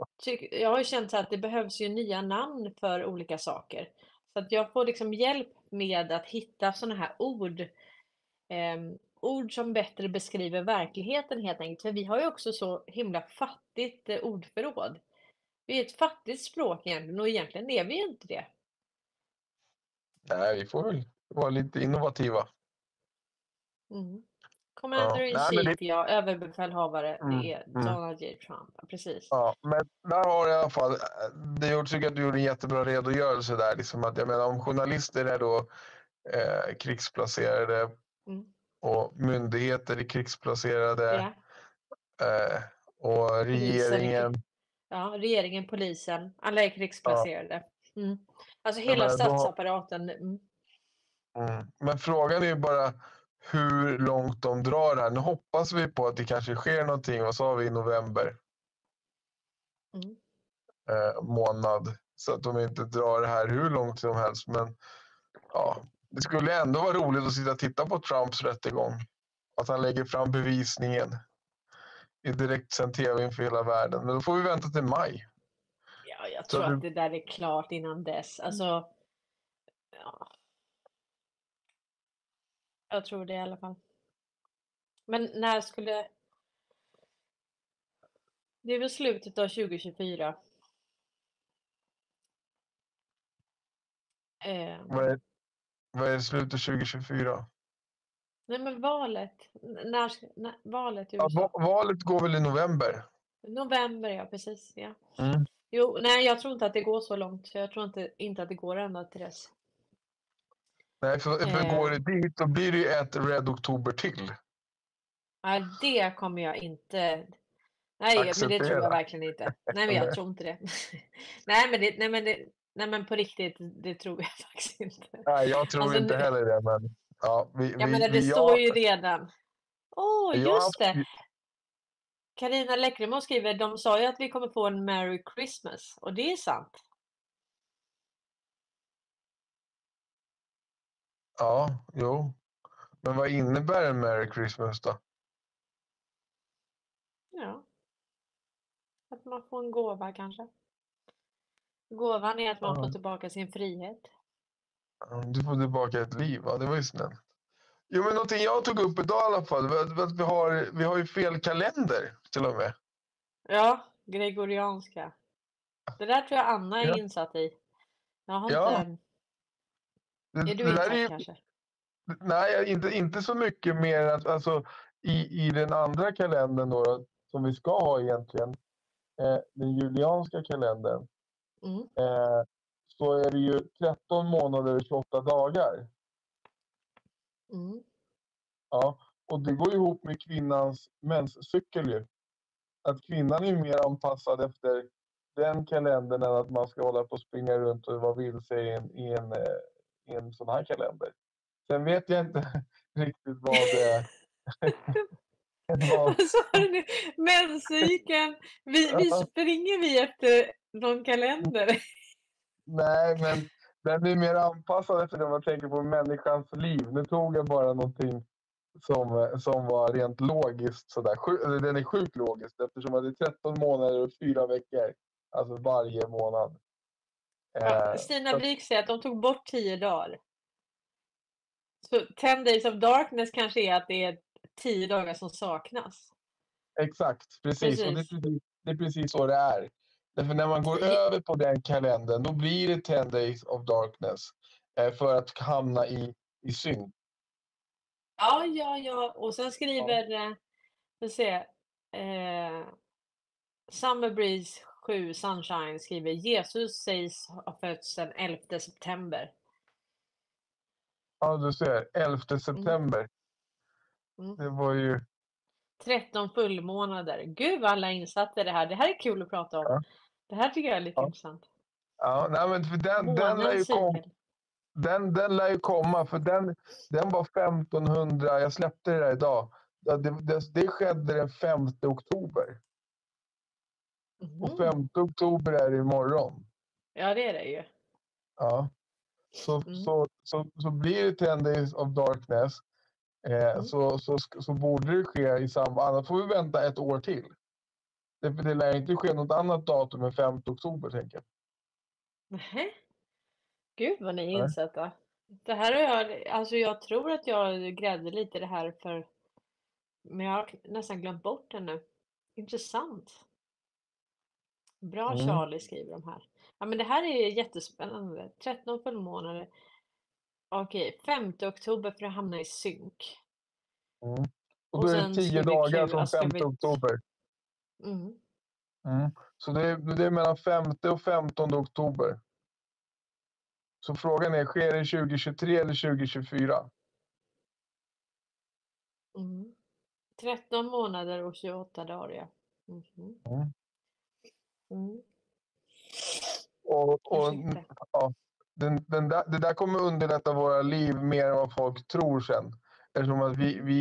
jag har ju känt att det behövs ju nya namn för olika saker. Så att jag får liksom hjälp med att hitta sådana här ord. Ord som bättre beskriver verkligheten helt enkelt. För vi har ju också så himla fattigt ordförråd. Vi är ett fattigt språk egentligen och egentligen är vi ju inte det. Nej, vi får väl vara lite innovativa. Mm. Ja, Commander in nej, men Chief, ja, överbefälhavare, mm, det är mm. Donald J. Trump. Ja, precis. Ja, men där har jag i alla fall, jag tycker att du gjorde en jättebra redogörelse där. Liksom att, jag menar, om journalister är då krigsplacerade Mm. och myndigheter är krigsplacerade Ja. och Polisen, regeringen. regeringen, polisen, alla är Ja, krigsplacerade. Mm. Alltså jag hela menar, statsapparaten. men frågan är ju bara hur långt de drar det här. Nu hoppas vi på att det kanske sker någonting, vad sa vi, i november Mm. månad. Så att de inte drar det här hur långt som helst. Men ja, det skulle ändå vara roligt att sitta och titta på Trumps rättegång. Att han lägger fram bevisningen i direktsänd tv inför hela världen. Men då får vi vänta till maj. Ja, jag Så tror att det, det där är klart innan dess. Alltså, ja, jag tror det i alla fall. Men när skulle... Det är väl slutet av 2024. vad, är, vad är slutet 2024? Nej, men valet. Valet i Ja, USA. valet går väl i november? November, ja precis. Ja. Mm. Jo, nej, jag tror inte att det går så långt. Jag tror inte att det går ända till dess. Nej, för går det dit då blir det ju ett Red Oktober till. Nej, det kommer jag inte. Nej, men det tror jag Acceptera. verkligen inte. Nej, men jag tror inte det. Nej, men på riktigt, det tror jag faktiskt inte. Nej, jag tror Alltså, inte heller det, men ja, jag menar, det står ju redan. jag har Just det. haft, Carina Läckremo skriver, de sa ju att vi kommer få en Merry Christmas. Och det är sant. ja, jo. Men vad innebär en Merry Christmas då? Ja, att man får en gåva kanske. Gåvan är att man får Ja, tillbaka sin frihet. du får tillbaka ett liv, ja, det var ju snällt. Jo, men någonting jag tog upp idag i alla fall, var att vi har ju fel kalender till och med. Ja, gregorianska. Det där tror jag Anna är Ja, insatt i. Jag har ja inte... det, Är du det där är insatt ju, kanske? nej, inte så mycket mer än att alltså, i den andra kalendern då, som vi ska ha egentligen, den julianska kalendern, Mm. så är det ju 13 månader och 28 dagar. Mm. Ja, och det går ihop med kvinnans menscykel ju. Att kvinnan är mer anpassad efter den kalendern än att man ska hålla på och springa runt och vara vilse i en sån här kalender. Sen vet jag inte riktigt vad det vad, Vad sa du nu? Menscykeln. Vi springer vi efter någon kalender? nej, men den är mer anpassad efter det man tänker på människans liv. Nu tog jag bara någonting som var rent logiskt. Sådär. Den är sjukt logiskt eftersom att det är 13 månader och 4 veckor. Alltså varje månad. Ja, Eh, Stina så, Brik säger att de tog bort 10 dagar. Så 10 days of darkness kanske är att det är 10 dagar som saknas. exakt, precis. Och Precis. det är precis så det är. Därför när man går över på den kalendern, då blir det 10 days of darkness. För att hamna i synk. Ja. Och sen Ja. skriver, vi se, Summer Breeze 7 Sunshine skriver Jesus sägs ha fötts den 11 september. Ja, du ser. 11 Mm. september. Mm. Det var ju... 13 fullmånader. Gud vad alla är insatta i det här. Det här är kul att prata om. Ja, Det här tycker jag är lite ja. intressant. Ja, nej, men för den lär ju Månens cykel. den lär ju komma, för den var 1500, jag släppte det där idag. Ja, det skedde den 5 oktober. Och Mhm. 5 oktober är det imorgon. Ja, det är det ju. Ja. Mm. Så blir det 10 days of darkness. Mm. Så borde det ske i samband. Annars får vi vänta ett år till. Det lär inte ske något annat datum än 5 oktober, tänker jag. Nähä. Gud vad ni är Nej. insatta. Det här har jag tror att jag grävde lite i det här men jag har nästan glömt bort det nu. Intressant. Bra Mm, Charlie skriver de här. Ja, men det här är jättespännande. 13 fullmånader. Okej, 5 oktober för att hamna i synk. mm. Och då Och är det sen 10 ska vi dagar från ska 5 vi... oktober. Mm. Mm. Så det är mellan 5 och 15 oktober. Så frågan är, sker det 2023 eller 2024? 13 månader och 28 dagar, ja. Mhm. Mm. Mm. Och Ursäkta. ja, det där kommer underlätta våra liv mer än vad folk tror sen. Eftersom att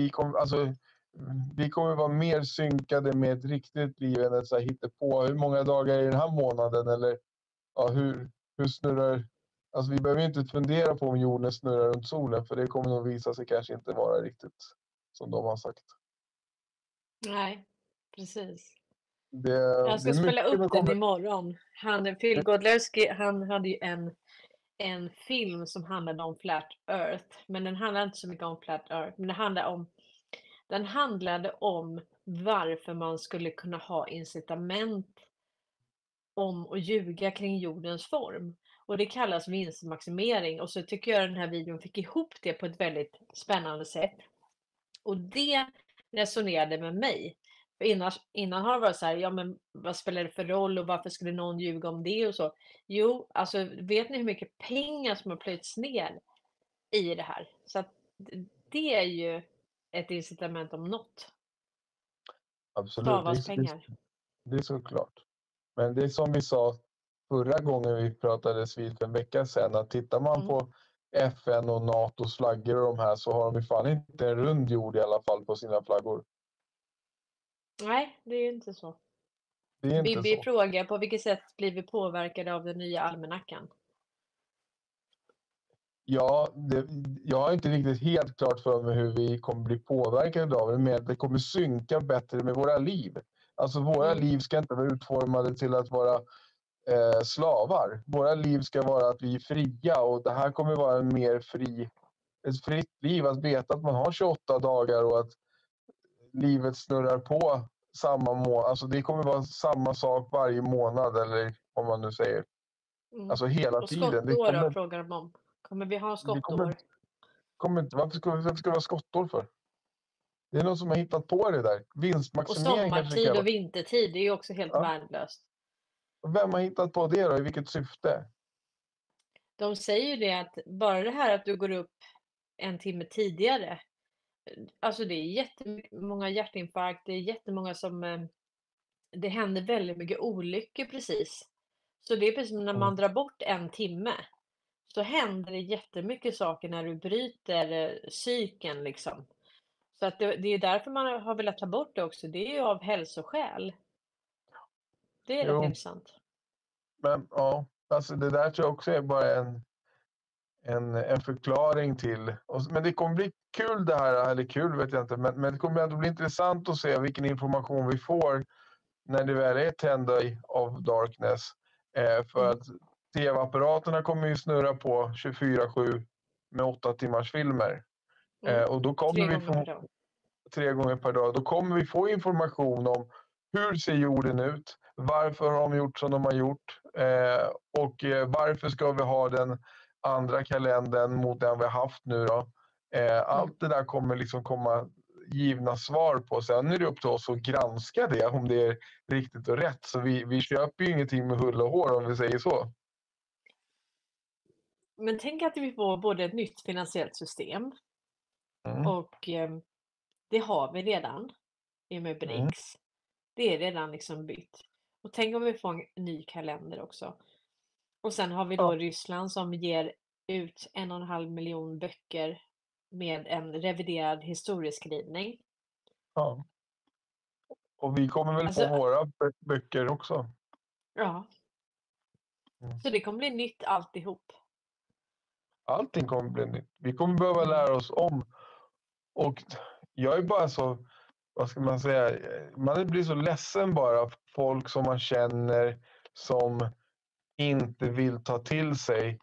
vi kommer vara mer synkade med ett riktigt liv än ett så här hittepå. Hur många dagar är den här månaden? Eller ja, hur snurrar... Alltså vi behöver inte fundera på om jorden snurrar runt solen, för det kommer nog visa sig kanske inte vara riktigt som de har sagt. Nej, precis. Det, Jag det ska är spela mycket som upp den kommer... imorgon. Phil Godlewski, han hade ju en film som handlade om Flat Earth, men den handlade inte så mycket om Flat Earth, men den handlade om varför man skulle kunna ha incitament om att ljuga kring jordens form. Och det kallas vinstmaximering, och så tycker jag den här videon fick ihop det på ett väldigt spännande sätt. Och det resonerade med mig. För innan har det varit så här, ja men vad spelar det för roll och varför skulle någon ljuga om det och så? Jo, alltså vet ni hur mycket pengar som har plöjts ner i det här? Så att det är ju ett incitament om något. Absolut, Stavas pengar. det är såklart. Men det är som vi sa förra gången vi pratades vid för en vecka sedan, att tittar man Mm. på FN och NATOs flaggor och de här, så har de ju fan inte en rund jord i alla fall på sina flaggor. Nej, det är ju inte så. Det är inte Bibi så. frågar på vilket sätt blir vi påverkade av den nya almanackan? Ja, jag har inte riktigt helt klart för mig hur vi kommer bli påverkade av det, men att det kommer synka bättre med våra liv. Alltså våra Mm. liv ska inte vara utformade till att vara slavar. Våra liv ska vara att vi är fria, och det här kommer vara ett fritt liv. Att veta att man har 28 dagar och att livet snurrar på samma månad. Alltså det kommer vara samma sak varje månad, eller om man nu säger. Mm. Alltså hela Och tiden. skottår då, frågar de om. Kommer vi ha Det kommer, skottår? kommer inte, varför ska det vara skottår för? Det är någon som har hittat på det där. Och Vinstmaximering kanske det sommartid och kallas. vintertid, det är ju också helt Ja. värdelöst. Vem har hittat på det då? I vilket syfte? De säger ju det att bara det här att du går upp en timme tidigare, alltså det är jättemånga hjärtinfarkt, det är jättemånga som, det händer väldigt mycket olyckor precis. Så det är precis som när Mm. man drar bort en timme, så händer det jättemycket saker när du bryter cykeln liksom. Så att det är därför man har velat ta bort det också, det är ju av hälsoskäl. Det är rätt Jo, intressant. men ja, alltså det där tror jag också är bara en förklaring till. Men det kommer bli kul det här, eller kul vet jag inte, men det kommer ändå bli intressant att se vilken information vi får när det väl är 10 Day of Darkness. För Mm. att tv-apparaterna kommer ju snurra på 24/7 med 8 timmars filmer. Mm. Och då 3 kommer vi gånger per få dag. 3 gånger per dag. Då kommer vi få information om hur ser jorden ut? Varför har de gjort som de har gjort? Och varför ska vi ha den andra kalendern mot den vi har haft nu då? Allt det där kommer liksom komma givna svar på. Sen är det upp till oss att granska det, om det är riktigt och rätt. Så vi köper ju ingenting med hull och hår, om vi säger så. Men tänk att vi får både ett nytt finansiellt system Mm. och det har vi redan i och med Mm. BRICS. Det är redan liksom bytt. Och tänk om vi får en ny kalender också. Och sen har vi då Ja. Ryssland som ger ut 1,5 miljon böcker med en reviderad historieskrivning. Ja. Och vi kommer väl få Alltså, våra böcker också. ja. Mm. Så det kommer bli nytt alltihop. Allting kommer bli nytt. Vi kommer behöva Mm. lära oss om. Och jag är bara så, vad ska man säga, man blir så ledsen bara. Folk som man känner som inte vill ta till sig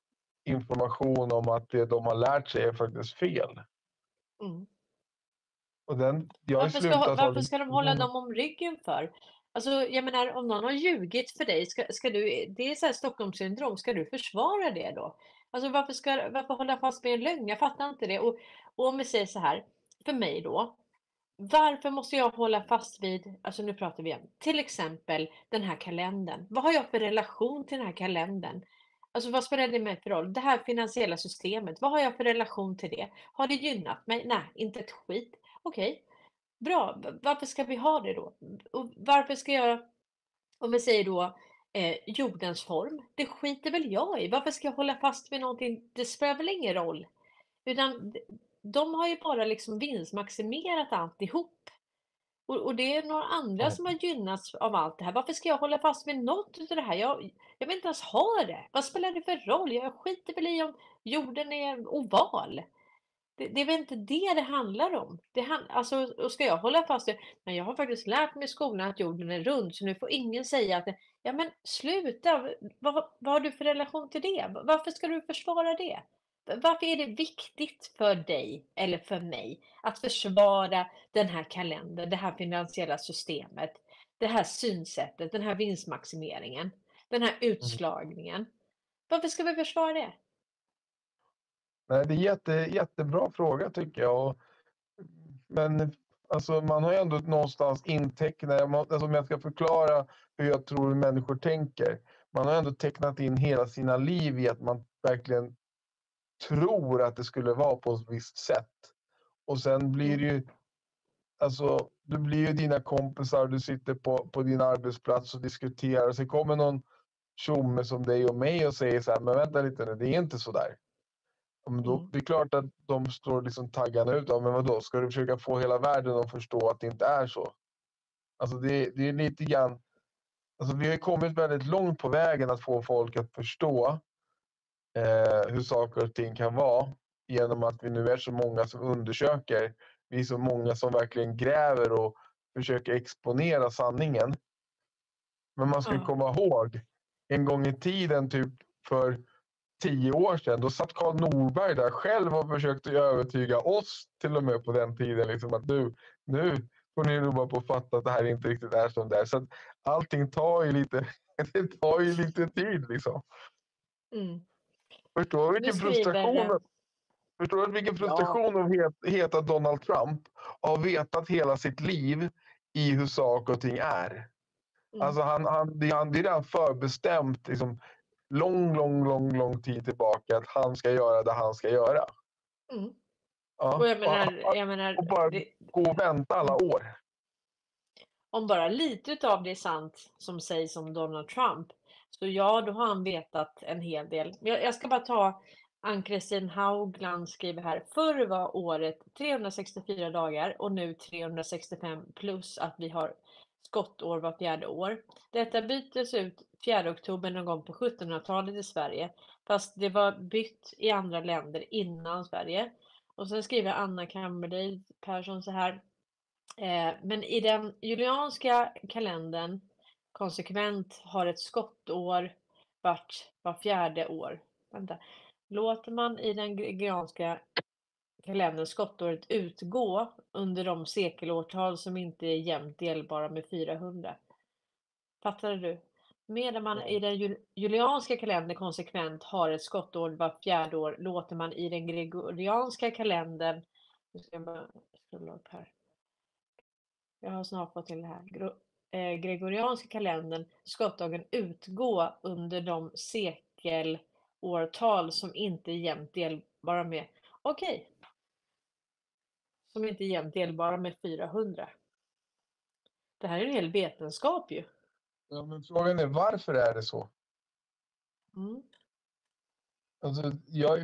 information om att det de har lärt sig är faktiskt fel. Mm. Och jag har slutat Varför ska de hålla dem om ryggen för? Alltså, jag menar, om någon har ljugit för dig, ska du, det är så här Stockholmssyndrom, ska du försvara det då? Alltså, varför hålla fast vid en lögn? Jag fattar inte det. Och om vi säger så här, för mig då, varför måste jag hålla fast vid, alltså nu pratar vi om, till exempel den här kalendern. Vad har jag för relation till den här kalendern? Alltså vad spelar det mig för roll? Det här finansiella systemet, vad har jag för relation till det? Har det gynnat mig? Nej, inte ett skit. Okej, bra. Varför ska vi ha det då? Och varför ska jag, om vi säger då jordens form, det skiter väl jag i. Varför ska jag hålla fast vid någonting? Det spelar väl ingen roll. Utan de har ju bara liksom vinstmaximerat alltihop. Och det är några andra som har gynnats av allt det här. Varför ska jag hålla fast vid något utav det här? Jag vill inte ens ha det. Vad spelar det för roll? Jag skiter väl i om jorden är oval. Det är väl inte det handlar om. Alltså, och ska jag hålla fast vid, men jag har faktiskt lärt mig i skolan att jorden är rund, så nu får ingen säga att, ja men sluta, vad har du för relation till det? Varför ska du försvara det? Varför är det viktigt för dig eller för mig att försvara den här kalendern, det här finansiella systemet, det här synsättet, den här vinstmaximeringen, den här utslagningen? Varför ska vi försvara det? Nej, det är jättebra fråga tycker jag. Men alltså, man har ju ändå någonstans intecknat, alltså, om jag ska förklara hur jag tror människor tänker. Man har ändå tecknat in hela sina liv i att man verkligen tror att det skulle vara på ett visst sätt. Och sen blir det ju, alltså, du blir ju dina kompisar, du sitter på din arbetsplats och diskuterar. Så kommer någon tjomme som dig och mig och säger så här, men vänta lite nu, det är inte så där. Men då, det är klart att de står liksom taggarna ut. Men vadå, ska du försöka få hela världen att förstå att det inte är så? Alltså det är lite grann, alltså vi har kommit väldigt långt på vägen att få folk att förstå hur saker och ting kan vara, genom att vi nu är så många som undersöker. Vi är så många som verkligen gräver och försöker exponera sanningen. Men man ska komma ihåg, en gång i tiden, typ för 10 år sedan, då satt Karl Norberg där själv och försökte övertyga oss till och med på den tiden liksom, att nu får ni nog bara på att fatta att det här inte riktigt är som det är. Så att allting tar ju lite, det tar ju lite tid liksom. Förstår du vilken frustration? Förstår du vilken frustration att heta Donald Trump och ha vetat hela sitt liv i hur saker och ting är? Alltså det är redan förbestämt liksom, lång tid tillbaka att han ska göra det han ska göra. Ja, och jag menar och bara gå och vänta alla år. Om bara lite utav det är sant som sägs om Donald Trump, så ja, då har han vetat en hel del. Jag ska bara ta Ann-Kristin Haugland skriver här. Förr var året 364 dagar och nu 365 plus att vi har skottår var 4:e år. Detta byttes ut 4 oktober någon gång på 1700-talet i Sverige, fast det var bytt i andra länder innan Sverige. Och sen skriver Anna Kammerdeid Persson så här. Men i den julianska kalendern konsekvent har ett skottår var 4:e år. Vänta. Låter man i den gregorianska kalendern skottåret utgå under de sekelårtal som inte är jämnt delbara med 400? Fattar du? Medan man i den julianska kalendern konsekvent har ett skottår var 4:e år, låter man i den gregorianska kalendern, nu ska jag bara scrolla upp här. Jag har snart fått till det här. Gregorianska kalendern skottdagen utgå under de sekelårtal som inte är jämnt delbara med. Okej. Som inte är jämnt delbara med 400. Det här är en hel vetenskap ju. Ja, men frågan är, varför är det så? Alltså, jag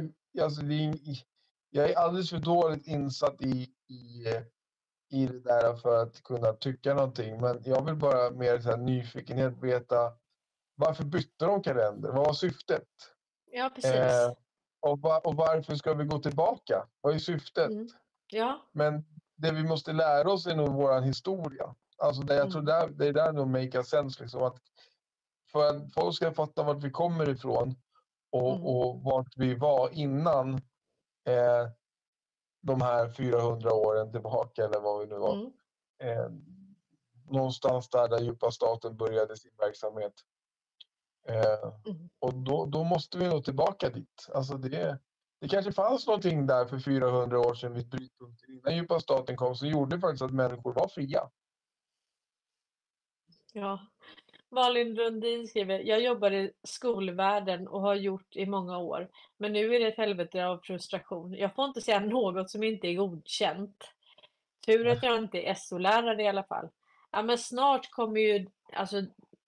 är alldeles för dåligt insatt i det där för att kunna tycka någonting. Men jag vill bara mer så här nyfikenhet veta, varför bytte de kalender? Vad var syftet? Ja, precis. Och varför ska vi gå tillbaka? Vad är syftet? Ja. Men det vi måste lära oss är nog vår historia. Alltså jag tror det är där nog make sense. Liksom, att för att folk ska fatta vart vi kommer ifrån och vart vi var innan de här 400 åren tillbaka eller vad vi nu var. Någonstans där djupa staten började sin verksamhet. Och då måste vi nog tillbaka dit. Alltså det kanske fanns någonting där för 400 år sedan vid brytpunkten innan djupa staten kom som gjorde faktiskt att människor var fria. Ja. Malin Lundin skriver, jag jobbar i skolvärlden och har gjort i många år. Men nu är det ett helvete av frustration. Jag får inte säga något som inte är godkänt. Tur att jag inte är SO-lärare i alla fall. Ja, men snart kommer ju, alltså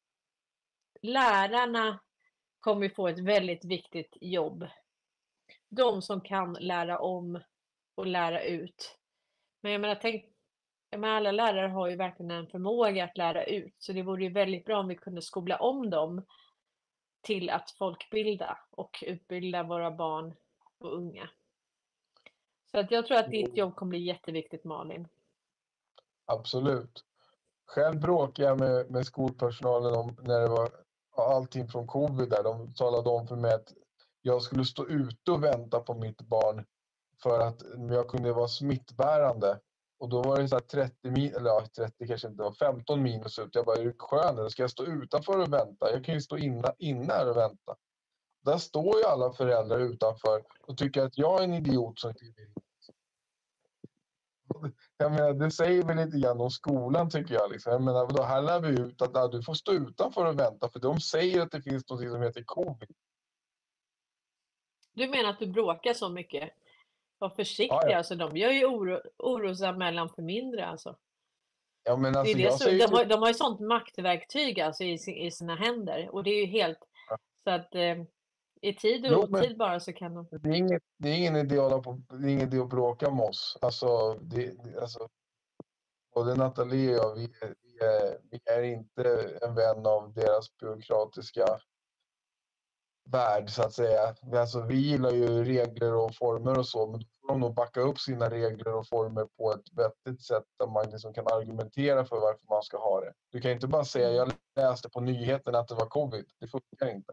lärarna kommer ju få ett väldigt viktigt jobb. De som kan lära om och lära ut. Men jag menar, alla lärare har ju verkligen en förmåga att lära ut. Så det vore ju väldigt bra om vi kunde skola om dem till att folkbilda och utbilda våra barn och unga. Så att jag tror att ditt jobb kommer bli jätteviktigt, Malin. Absolut. Själv bråkade jag med skolpersonalen om när det var allting från covid där. De talade om för mig att jag skulle stå ute och vänta på mitt barn för att jag kunde vara smittbärande. Och då var det så här 30 minus, eller ja, 30 kanske inte var, 15 minus ut. Jag bara, är du skön eller ska jag stå utanför och vänta? Jag kan ju stå inne här och vänta. Där står ju alla föräldrar utanför och tycker att jag är en idiot som inte vill. Jag menar, det säger väl lite grann om skolan tycker jag. Liksom. Jag menar, då här lär vi ut att du får stå utanför och vänta för de säger att det finns något som heter covid. Du menar att du bråkar så mycket? Var försiktig, Ja. alltså de gör ju orosanmälan för mindre alltså. Ja, men alltså, Det är det de har ju sånt maktverktyg alltså i sina händer och det är ju helt så att i tid och otid bara så kan de. Det är ingen idé att bråka med oss. Alltså, både Nathalie och jag, vi är inte en vän av deras byråkratiska värld så att säga. Alltså, vi gillar ju regler och former och så, men då får de nog backa upp sina regler och former på ett vettigt sätt där man liksom kan argumentera för varför man ska ha det. Du kan inte bara säga jag läste på nyheterna att det var covid. Det funkar inte.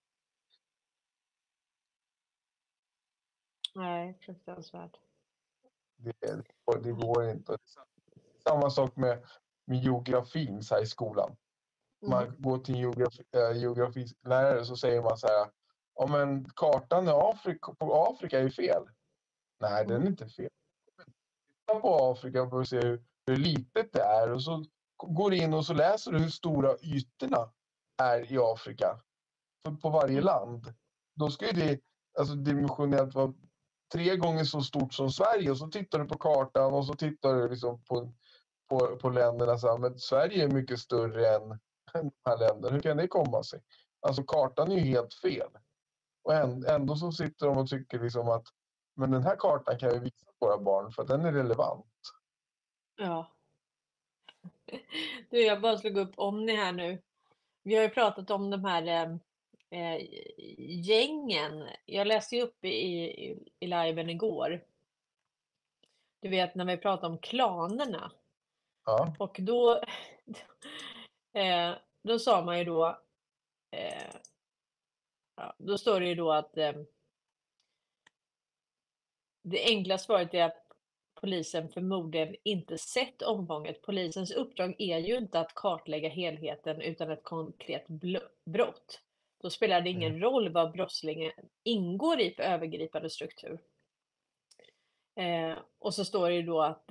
Nej, fruktansvärt. Det går inte. Det är samma sak med geografin så här i skolan. Man går till en geografilärare så säger man så här, ja men kartan på Afrika är ju fel. Nej, den är inte fel. Titta på Afrika för att se hur litet det är och så går du in och så läser du hur stora ytorna är i Afrika på varje land. Då ska ju det alltså dimensionellt vara 3 gånger så stort som Sverige och så tittar du på kartan och så tittar du liksom på länderna så här, men Sverige är mycket större än de här länderna. Hur kan det komma sig? Alltså kartan är ju helt fel. Och ändå så sitter de och tycker liksom att men den här kartan kan vi visa våra barn för att den är relevant. Ja. Du, jag bara slog upp Omni här nu. Vi har ju pratat om de här gängen. Jag läste ju upp i liven igår. Du vet när vi pratade om klanerna. Ja. Och då sa man ju då, då står det ju då att det enkla svaret är att polisen förmodligen inte sett omfånget. Polisens uppdrag är ju inte att kartlägga helheten utan ett konkret brott. Då spelar det ingen roll vad brottslingen ingår i för övergripande struktur. Och så står det ju då att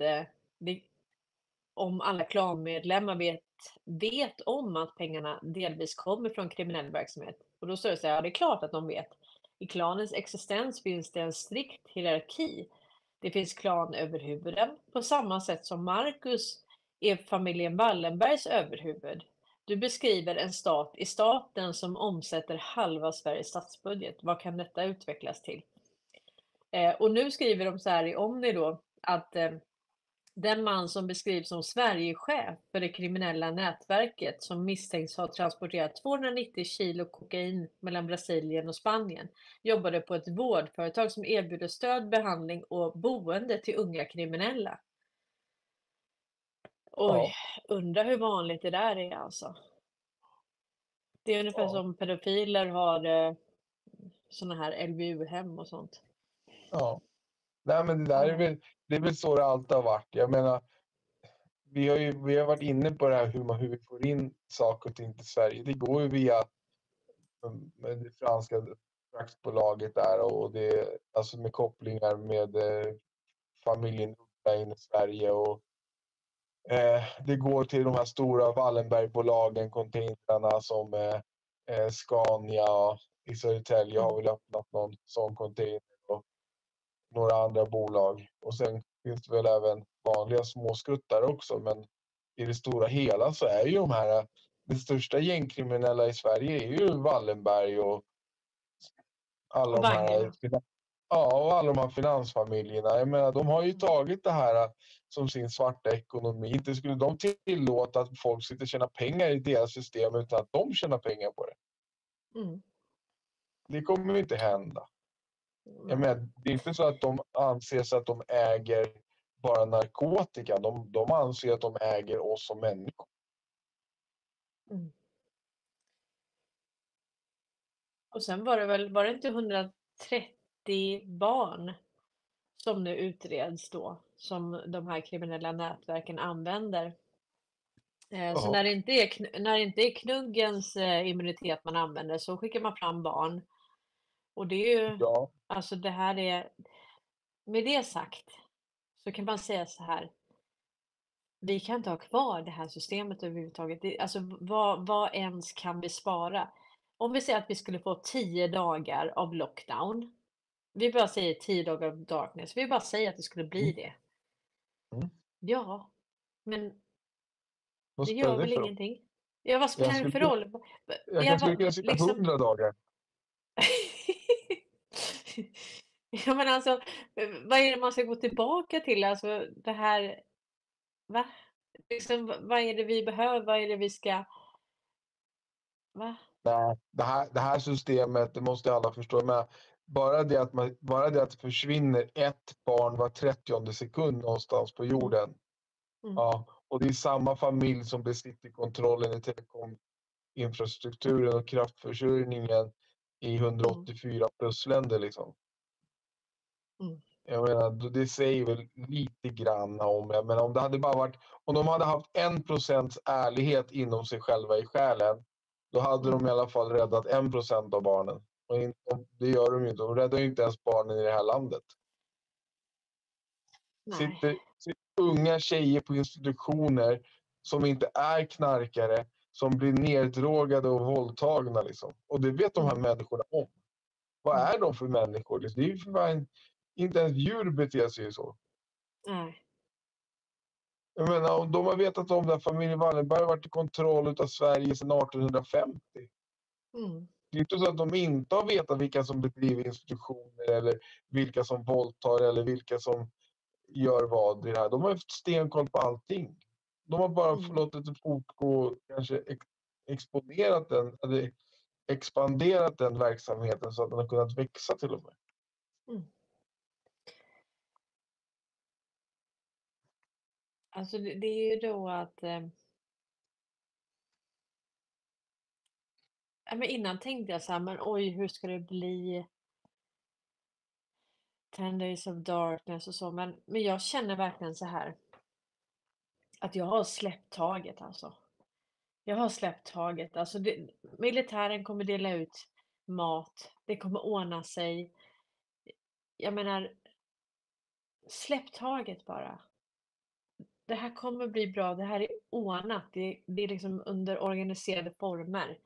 om alla klanmedlemmar vet om att pengarna delvis kommer från kriminell verksamhet. Och då står det så här, ja det är klart att de vet. I klanens existens finns det en strikt hierarki. Det finns klanöverhuvuden på samma sätt som Marcus är familjen Wallenbergs överhuvud. Du beskriver en stat i staten som omsätter halva Sveriges statsbudget. Vad kan detta utvecklas till? Och nu skriver de så här i Omni då att den man som beskrivs som Sverigechef för det kriminella nätverket som misstänks ha transporterat 290 kilo kokain mellan Brasilien och Spanien jobbade på ett vårdföretag som erbjuder stöd, behandling och boende till unga kriminella. Oj, undrar hur vanligt det där är alltså. Det är ungefär som pedofiler har såna här LVU-hem och sånt. Ja. Nej, men det där Ja. det är väl så det alltid har varit. Jag menar, vi har varit inne på det här hur vi får in saker och ting till Sverige. Det går ju via med det franska fraktbolaget där och det alltså med kopplingar med familjen in i Sverige och det går till de här stora Wallenbergbolagen, containrarna som Scania i Södertälje har väl öppnat någon sån container och några andra bolag. Och sen finns det väl även vanliga småskuttar också, men i det stora hela så är ju de största gängkriminella i Sverige är ju Wallenberg och alla Och de här Bagge. ja, och alla de här finansfamiljerna. Jag menar, de har ju tagit det här som sin svarta ekonomi. Inte skulle de tillåta att folk sitter och tjänar pengar i deras system utan att de tjänar pengar på det. Mm. Det kommer ju inte hända. Jag Nej. menar, det är inte så att de anser sig att de äger bara narkotika. De anser att de äger oss som människor. Mm. Och sen var det inte 130 barn som nu utreds då, som de här kriminella nätverken använder. Så Ja, när det inte är knuggens immunitet man använder så skickar man fram barn. Och det är ju, ja. alltså det här är, med det sagt så kan man säga så här. Vi kan inte ha kvar det här systemet överhuvudtaget. Alltså vad ens kan vi spara? Om vi säger att vi skulle få 10 dagar av lockdown. Vi bara säger 10 dagar av darkness. Vi bara säger att det skulle bli Mm. det. Mm. Ja, men Vad det spelar gör det väl för roll? ingenting? Ja, vad Jag spelar det skulle, för roll? jag skulle kunna sitta Liksom. 100 dagar. Ja, men alltså, vad är det man ska gå tillbaka till? Alltså det här, va? Liksom, vad är det vi behöver? Vad är det vi ska, va? Nej, det här systemet, det måste alla förstå. Men bara det att det försvinner ett barn var 30:e sekund någonstans på Mm, jorden. mm, Ja, och det är samma familj som besitter kontrollen i telekominfrastrukturen och kraftförsörjningen i mm, 184 plus länder liksom. mm, Jag menar, det säger väl lite grann om, jag menar, om det hade bara varit, om de hade haft 1% ärlighet inom sig själva i själen, då hade de i alla fall räddat 1% av barnen. Det gör de ju inte. De räddar ju inte ens barnen i det här landet. nej. Sitter unga tjejer på institutioner som inte är knarkare, som blir neddrogade och våldtagna liksom. Och det vet de här Mm, människorna om. Vad mm, är de för människor? Det är ju för fan, inte ens djur beter sig så. nej. Jag menar, om de har vetat om det, familjen Wallenberg har varit i kontroll av Sverige sedan 1850. Mm, Det är inte så att de inte har vetat vilka som bedriver institutioner eller vilka som våldtar eller vilka som gör vad i det här. De har haft stenkoll på allting. De har bara mm, låtit det fortgå och kanske exponerat den, eller expanderat den verksamheten så att den har kunnat växa till och med. mm. Alltså det är ju då att, ja, men innan tänkte jag så här, men oj, hur ska det bli? 10 days of darkness och så, men jag känner verkligen så här att jag har släppt taget alltså. Jag har släppt taget. Alltså militären kommer dela ut mat. Det kommer ordna sig. Jag menar, släpp taget bara. Det här kommer bli bra. Det här är ordnat. Det är liksom under organiserade former.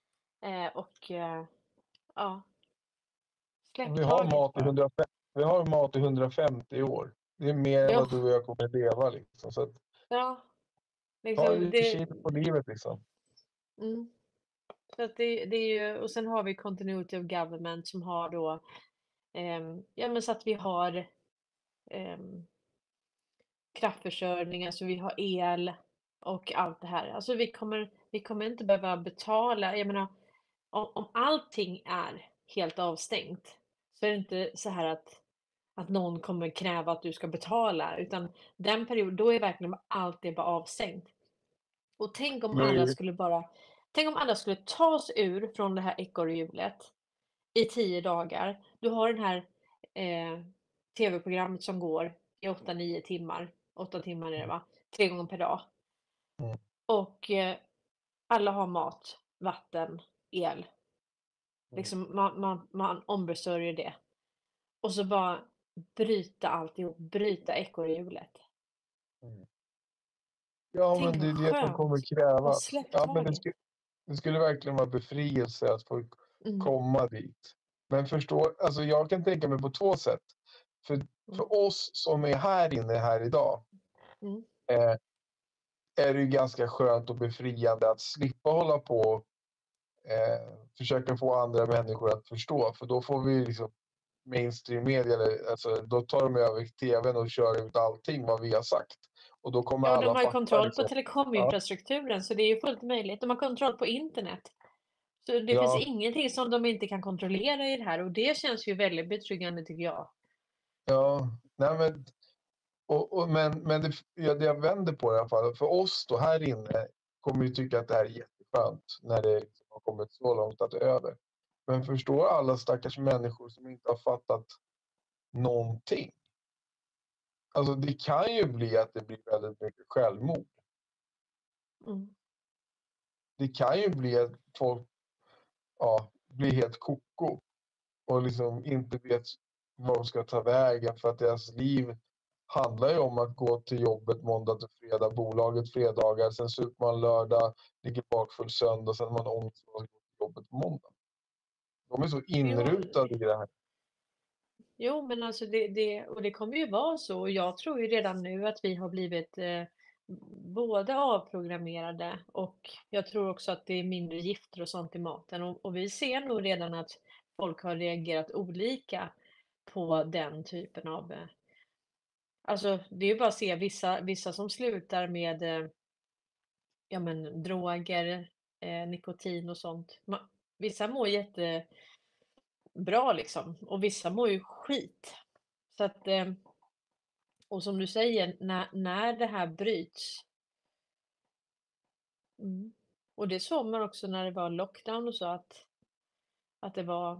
Ja, släpp Vi har taget mat i bara. 150, vi har mat i 150 år. Det är mer än Ja, vad du och jag kommer att leva liksom. Så att, ja, ta liksom det chill på livet liksom. mm. Så att det är ju, och sen har vi continuity of government som har då, ja men så att vi har ehm, kraftförsörjning, alltså vi har el och allt det här. Alltså vi kommer inte behöva betala. Jag menar, om allting är helt avstängt så är det inte så här att någon kommer kräva att du ska betala, utan den perioden, då är verkligen allt det bara avstängt. Och tänk om alla skulle ta sig ur från det här ekorrhjulet. i 10 dagar. Du har den här tv-programmet som går i 8-9 timmar. 8 timmar är det va? 3 gånger per dag. Mm. Och alla har mat, vatten, el. Mm. Liksom man ombesörjer det. Och så bara bryta alltihop, bryta ekorrhjulet. Mm. Ja, Tänk men det vad är det som kommer skönt. Bara krävas. släpp Ja, men taget. det skulle verkligen vara befrielse att få Mm, komma dit. Men alltså jag kan tänka mig på två sätt. För, mm, för oss som är här inne här idag mm. eh, är det ju ganska skönt och befriande att slippa hålla på och försöka få andra människor att förstå. För då får vi liksom mainstream media, alltså, då tar de över tvn och kör ut allting vad vi har sagt. Och då kommer Ja, och de alla har ju fatta kontroll på liksom. Ja, telekominfrastrukturen, så det är ju fullt möjligt. De har kontroll på internet. Så det finns ja, ingenting som de inte kan kontrollera i det här och det känns ju väldigt betryggande tycker jag. ja. Nej, men men det jag vänder på i alla fall, för oss då här inne kommer ju tycka att det här är jätteskönt när det liksom har kommit så långt att det är över. Men förstår alla stackars människor som inte har fattat någonting. Alltså det kan ju bli att det blir väldigt mycket självmord. Mm. Det kan ju bli att folk blir helt koko och liksom inte vet vad de ska ta vägen för att deras liv handlar ju om att gå till jobbet måndag till fredag, bolaget fredagar, sen super man lördag, ligger bakfull söndag, sen har man ångest för att gå till jobbet på måndag. De är så Jo, inrutade i det här. jo, men alltså det kommer ju vara så och jag tror ju redan nu att vi har blivit både avprogrammerade och jag tror också att det är mindre gifter och sånt i maten och vi ser nog redan att folk har reagerat olika på den typen av alltså det är ju bara att se vissa som slutar med ja men droger, nikotin och sånt. Vissa mår jättebra liksom och vissa mår ju skit. Så att, och som du säger, när det här bryts. Mm. Och det såg man också när det var lockdown och så att det var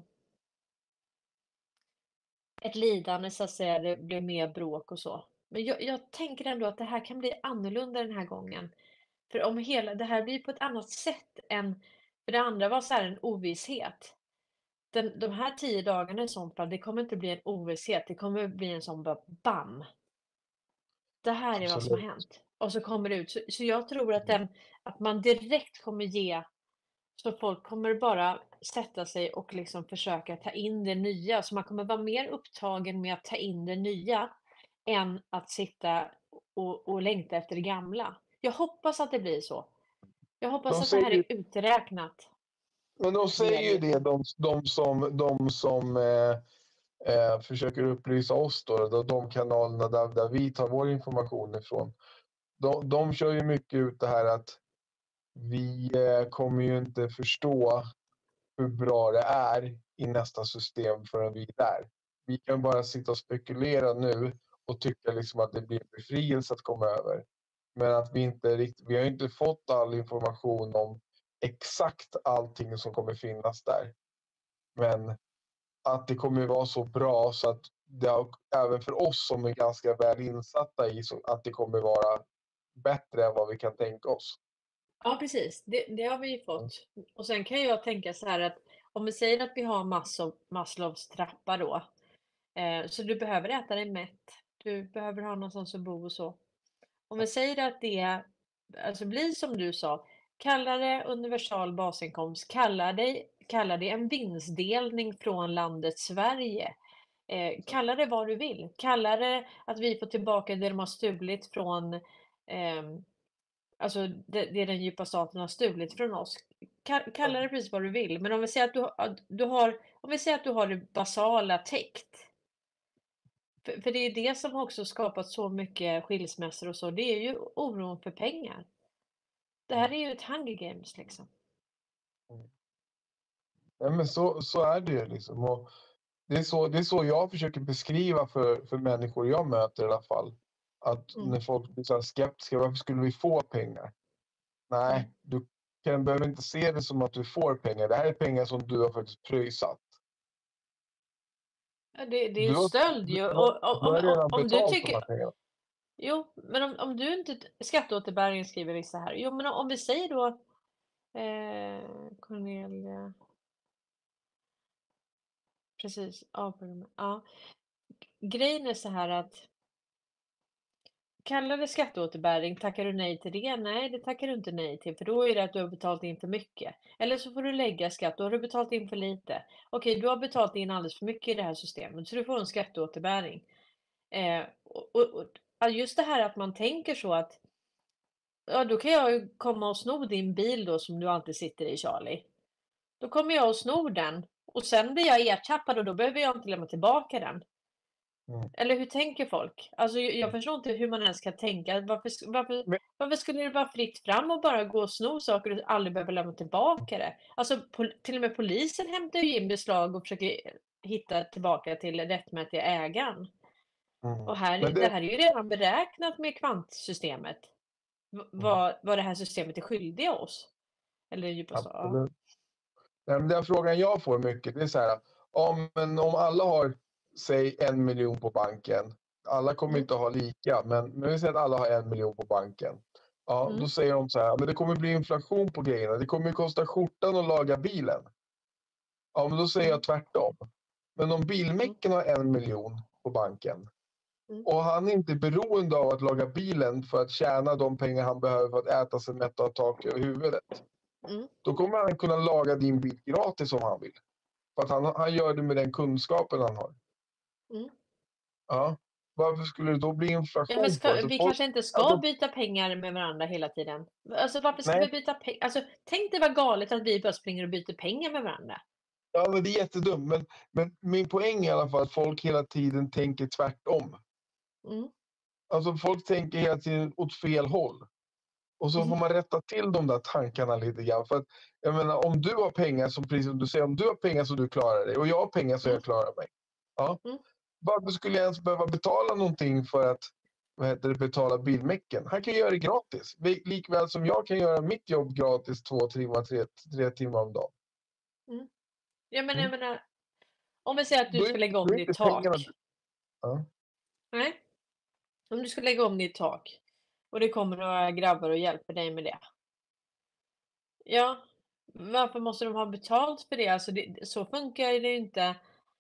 ett lidande så att säga, det blev mer bråk och så. Men jag tänker ändå att det här kan bli annorlunda den här gången. För om hela det här blir på ett annat sätt än för det andra var så här en ovisshet. De här 10 dagarna i sånt fall, det kommer inte bli en ovisshet, det kommer bli en sån bara bam! Det här är vad som har Absolut. hänt. Och så kommer det ut. Så jag tror att man direkt kommer ge så folk kommer bara sätta sig och liksom försöka ta in det nya. Så man kommer vara mer upptagen med att ta in det nya än att sitta och längta efter det gamla. Jag hoppas att det blir så. Jag hoppas De att det här är säger, uträknat. men de Det är det säger ju ju. det, de som försöker upplysa oss då, de kanalerna där vi tar vår information ifrån. De kör ju mycket ut det här att vi kommer ju inte förstå hur bra det är i nästa system förrän vi är där. Vi kan bara sitta och spekulera nu och tycka liksom att det blir en befrielse att komma över. Men att vi har inte fått all information om exakt allting som kommer finnas där. Men att det kommer vara så bra så att även för oss som är ganska väl insatta i så att det kommer vara bättre än vad vi kan tänka oss. Ja, precis. Det har vi ju fått. Och sen kan jag tänka så här att om vi säger att vi har Maslows trappa då. Så du behöver äta dig mätt. Du behöver ha någonstans att bo och så. Om vi säger att det alltså blir som du sa, kalla det universal basinkomst, kalla det en vinstdelning från landet Sverige. Kalla det vad du vill. Kalla det att vi får tillbaka det de har stulit från alltså det den djupa staten har stulit från oss. Kalla det precis vad du vill, men om vi säger att du har det basala täckt. För det är det som också skapat så mycket skilsmässor och så, det är ju oron för pengar. Det här är ju ett Hunger Games liksom. Ja, men så är det ju liksom. Och det är så jag försöker beskriva för människor jag möter i alla fall. Att Mm, när folk blir så här skeptiska, varför skulle vi få pengar? mm, Nej, du behöver inte se det som att du får pengar. Det här är pengar som du har faktiskt pröjsat. Ja, det är Du ju har, stöld du, ju. har- Och du har redan om du betalt de tycker... här pengarna. Jo, men om du inte... Skatteåterbäring skriver vissa här. Jo, men om vi säger då... Cornelia... Precis. Ja, ja. Grejen är så här att... Kallar det skatteåterbäring, tackar du nej till det? Nej, det tackar du inte nej till, för då är det att du har betalat in för mycket. Eller så får du lägga skatt, då har du betalat in för lite. Okej, du har betalat in alldeles för mycket i det här systemet, så du får en skatteåterbäring. Ja, just det här att man tänker så att, ja, då kan jag ju komma och sno din bil då som du alltid sitter i, Charlie. Då kommer jag och snor den och sen blir jag ertappad och då behöver jag inte lämna tillbaka den. Mm. Eller hur tänker folk? Alltså, jag förstår inte hur man ens kan tänka. Men, Varför skulle det vara fritt fram och bara gå och sno saker och aldrig behöva lämna tillbaka det? Alltså, till och med polisen hämtar ju in beslag och försöker hitta tillbaka till rättmätiga ägaren. Och men det här är ju redan beräknat med kvantsystemet. mm, Vad det här systemet är skyldiga oss. Eller djupast, ja. absolut. Nej, men den frågan jag får mycket, det är så här, om alla har, säg 1 miljon på banken, alla kommer Mm, inte ha lika, men vi säger att alla har 1 miljon på banken. Ja, då mm, säger de så här, men det kommer bli inflation på grejerna, det kommer kosta skjortan att laga bilen. Ja, men då säger jag mm, tvärtom. Men om mm, bilmäcken har 1 miljon på banken mm, och han är inte beroende av att laga bilen för att tjäna de pengar han behöver för att äta sig mätt och ha tak över huvudet, mm, då kommer han kunna laga din bil gratis om han vill. För att han gör det med den kunskapen han har. mm. Ja. Varför skulle det då bli Ja, men inflation på det? Så vi folk, kanske inte ska alltså, byta pengar med varandra hela tiden. Alltså, varför ska nej, vi byta pengar? Alltså, tänk dig vad galet att vi bara springer och byter pengar med varandra. ja, men det är jättedumt. Men min poäng är i alla fall att folk hela tiden tänker tvärtom. Mm. Alltså folk tänker hela tiden åt fel håll. Och så får Mhm. man rätta till de där tankarna lite grann. För att, jag menar, om du har pengar, som precis som du säger, om du har pengar så du klarar dig och jag har pengar så Mm. jag klarar mig. Ja. Mm. Varför skulle jag ens behöva betala någonting för att, vad heter det, betala bilmäcken? Han kan göra det gratis. Likväl som jag kan göra mitt jobb gratis 2 timmar, 3 timmar om dagen. Mm. Ja, men jag Mm. menar, om vi säger att du Då, ska lägga då om är ditt inte pengarna... tak. Ja. Nej, om du ska lägga om ditt tak och det kommer några grabbar och hjälper dig med det. Ja, varför måste de ha betalt för det? Alltså, så funkar det ju inte.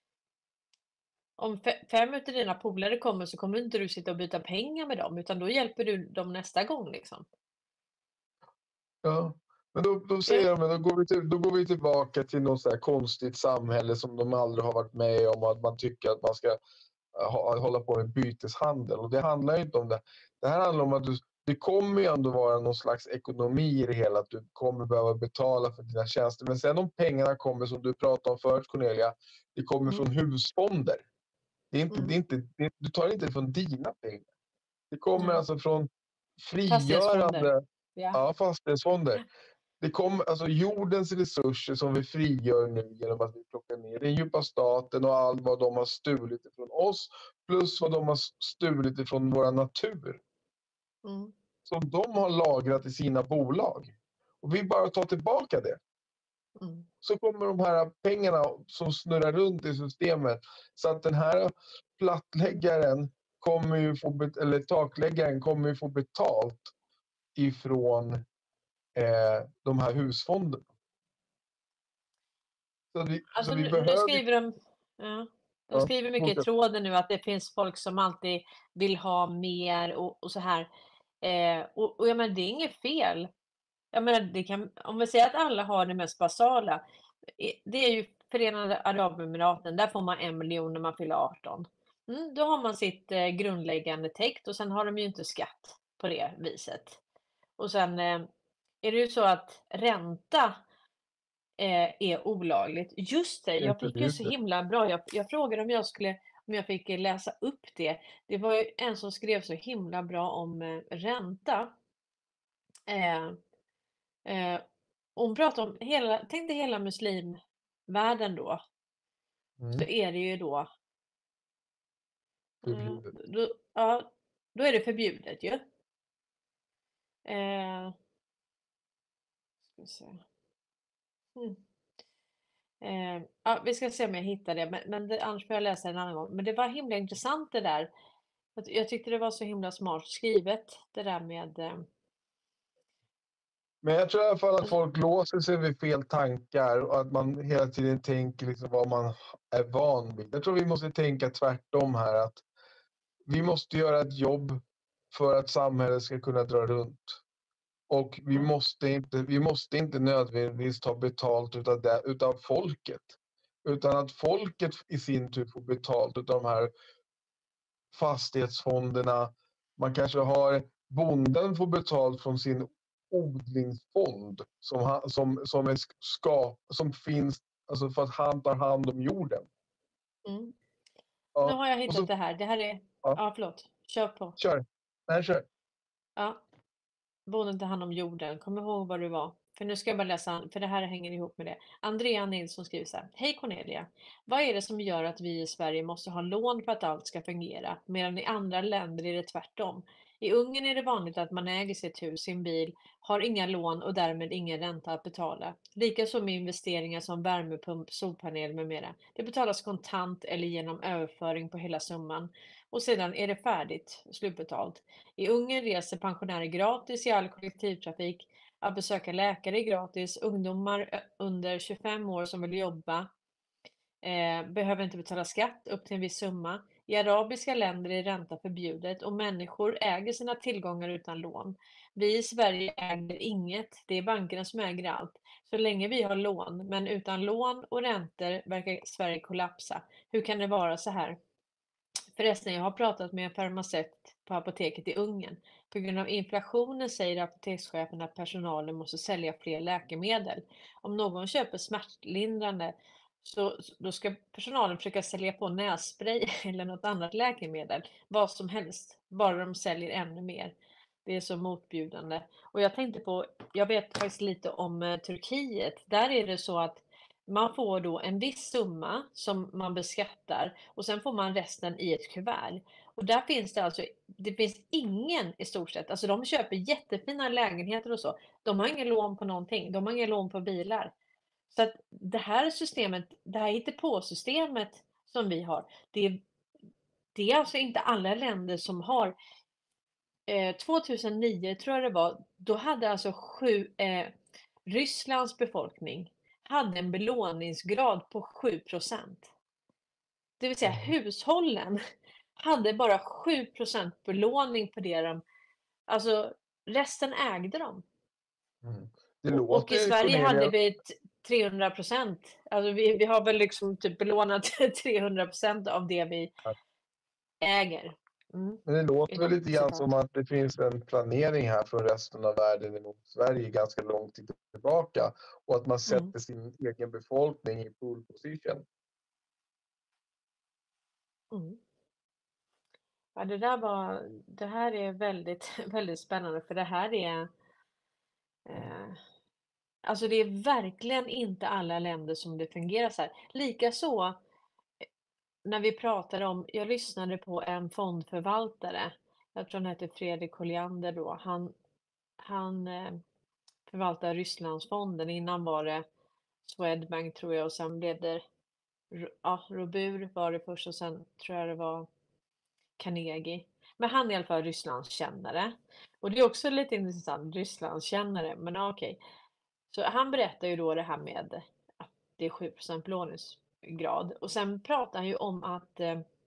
Om 5 utav dina polare kommer så kommer inte du sitta och byta pengar med dem, utan då hjälper du dem nästa gång liksom. Ja. Men då Ja. säger de, men då går vi tillbaka till något så här konstigt samhälle som de aldrig har varit med om, att man tycker att man ska hålla på med byteshandel. Och det handlar inte om det. Det här handlar om att det kommer ju ändå vara någon slags ekonomi i det hela, att du kommer behöva betala för dina tjänster. Men sen om pengarna kommer, som du pratade om förut Cornelia, det kommer Mm. från husfonder. Mm. Du tar inte från dina pengar. Det kommer Nej. alltså från Fastighetsfonder. frigörande, Ja. ja, fastighetsfonder. Det kommer, alltså jordens resurser som vi frigör nu genom att vi plockar ner den djupa staten och allt vad de har stulit ifrån oss, plus vad de har stulit ifrån vår natur, Mm. som de har lagrat i sina bolag. Och vi bara tar tillbaka det. Mm. Så kommer de här pengarna som snurrar runt i systemet, så att den här plattläggaren kommer ju få, eller takläggaren kommer ju få betalt ifrån de här husfonderna. Så Alltså vi nu behöver... skriver de, ja, de Ja, skriver mycket i fortsätt. tråden nu att det finns folk som alltid vill ha mer och så här. Och jag menar, det är inget fel. Jag menar, om vi säger att alla har det mest basala. Det är ju Förenade Arabemiraten, där får man 1 miljon när man fyller 18. Då har man sitt grundläggande täckt och sen har de ju inte skatt på det viset. Och sen är det ju så att ränta är olagligt. Just det, Det är jag fick ju så förbjudet. himla bra. Jag frågade om jag fick läsa upp det. Det var ju en som skrev så himla bra om ränta. Eh, eh, hon pratade om tänk dig hela muslimvärlden då. Så Mm. är det ju då, Förbjudet. ja, då är det förbjudet ju. Ska vi se. Mm. Ja, vi ska se om jag hittar det, men annars får jag läsa en annan gång. Men det var himla intressant det där. Jag tyckte det var så himla smart skrivet, det där med... Men jag tror i alla fall att alltså, folk låser sig vid fel tankar och att man hela tiden tänker liksom vad man är van vid. Jag tror vi måste tänka tvärtom här, att vi måste göra ett jobb för att samhället ska kunna dra runt. Och vi måste inte nödvändigtvis ta betalt utav folket. Utan att folket i sin tur får betalt utav de här fastighetsfonderna. Man kanske har bonden får betalt från sin odlingsfond som finns alltså för att han tar hand om jorden. mm. Nu Ja, har jag och hittat så, det här. Det här är... ja, Ja, förlåt. Kör på. kör. Nej, kör. Ja. Bonden tar hand om jorden. Kom ihåg vad du var. För nu ska jag bara läsa, för det här hänger ihop med det. Andrea Nilsson skriver så här. Hej Cornelia. Vad är det som gör att vi i Sverige måste ha lån för att allt ska fungera, medan i andra länder är det tvärtom? I Ungern är det vanligt att man äger sitt hus, sin bil, har inga lån och därmed ingen ränta att betala. Likaså med investeringar som värmepump, solpanel med mera. Det betalas kontant eller genom överföring på hela summan. Och sedan är det färdigt, slutbetalt. I Ungern reser pensionärer gratis i all kollektivtrafik. Att besöka läkare är gratis. Ungdomar under 25 år som vill jobba behöver inte betala skatt upp till en viss summa. I arabiska länder är ränta förbjudet och människor äger sina tillgångar utan lån. Vi i Sverige äger inget. Det är bankerna som äger allt. Så länge vi har lån, men utan lån och räntor verkar Sverige kollapsa. Hur kan det vara så här? Förresten, jag har pratat med en farmaceut på apoteket i Ungern. På grund av inflationen säger apotekschefen att personalen måste sälja fler läkemedel. Om någon köper smärtlindrande så då ska personalen försöka sälja på nässpray eller något annat läkemedel. Vad som helst, bara de säljer ännu mer. Det är så motbjudande. Och jag tänkte på, jag vet faktiskt lite om Turkiet. Där är det så att man får då en viss summa som man beskattar och sen får man resten i ett kuvert. Och där finns det alltså, det finns ingen i stort sett, alltså de köper jättefina lägenheter och så. De har ingen lån på någonting, de har ingen lån på bilar. Så att det här systemet, det här hittepåsystemet som vi har, det är alltså inte alla länder som har. 2009 tror jag det var, då hade alltså Rysslands befolkning hade en belåningsgrad på 7%. Det vill säga Mm. hushållen hade bara 7% belåning på det de, alltså resten ägde de. Mm. Det Och i låter, Sverige hade Cornelia, vi 300%. Alltså vi har väl liksom typ belånat 300% av det vi äger. Mm. men det låter väl Inom lite grann citat. som att det finns en planering här från resten av världen emot Sverige ganska lång tid tillbaka och att man Mm. sätter sin egen befolkning i pole position. Mm. Ja, det här är väldigt, väldigt spännande för det här är, eh, alltså det är verkligen inte alla länder som det fungerar så här. Likaså när vi pratar om, jag lyssnade på en fondförvaltare, jag tror han heter Fredrik Colliander då, han förvaltar Rysslandsfonden, innan var det Swedbank tror jag och sen blev det, ja, Robur var det först och sen tror jag det var Carnegie. Men han är i alla fall Rysslandskännare. Och det är också lite intressant, Rysslandskännare, men okej. Så han berättar ju då det här med att det är 7% belåningsgrad. Och sen pratar han ju om att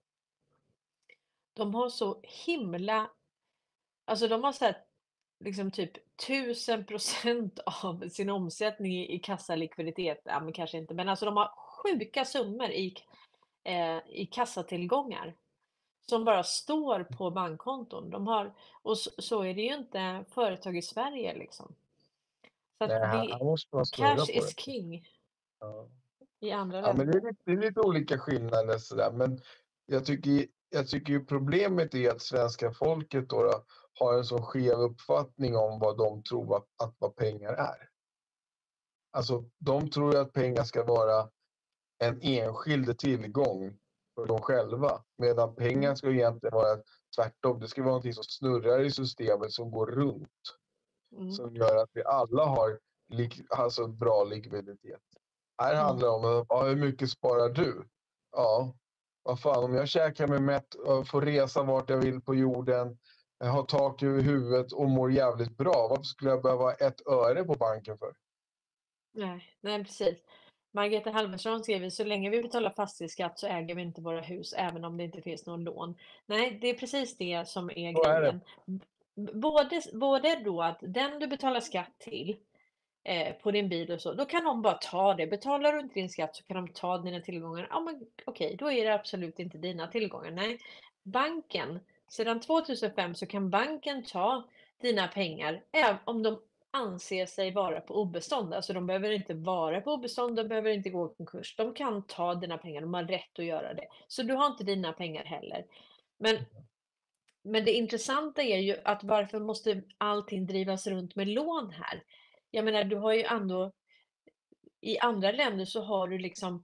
de har så himla, alltså de har sett liksom typ 1000% av sin omsättning i kassalikviditet. Ja, men kanske inte, men alltså de har sjuka summor i kassatillgångar. Som bara står på bankkonton. De har, och så är det ju inte företag i Sverige liksom. Så att Nej, här måste man snurra cash på det. is king Ja. i andra Ja, men länder. det är lite olika skillnader sådär. Men jag tycker ju problemet är att svenska folket då har en så skev uppfattning om vad de tror att vad pengar är. Alltså, de tror ju att pengar ska vara en enskild tillgång för dem själva. Medan pengar Mm, ska egentligen vara tvärtom. Det ska vara någonting som snurrar i systemet, som går runt. mm, Som gör att vi alla har alltså bra likviditet. Här Mm. handlar det om hur mycket sparar du? Ja, vad fan, om jag käkar mig mätt och får resa vart jag vill på jorden, jag har tak över huvudet och mår jävligt bra. Varför skulle jag behöva ha 1 öre på banken för? Nej, precis. Margareta Halvarsson skriver: "Så länge vi betalar fastighetsskatt så äger vi inte våra hus, även om det inte finns någon lån." Nej, det är precis det som är Så är det. grejen. Både då att den du betalar skatt till, på din bil och så, då kan de bara ta det. Betalar du inte din skatt så kan de ta dina tillgångar. Ja, men okej, då är det absolut inte dina tillgångar. Nej, banken, sedan 2005 så kan banken ta dina pengar även om de anser sig vara på obestånd. Alltså de behöver inte vara på obestånd, de behöver inte gå i konkurs. De kan ta dina pengar, de har rätt att göra det. Så du har inte dina pengar heller. Men men det intressanta är ju att varför måste allting drivas runt med lån här? Jag menar, du har ju ändå i andra länder så har du liksom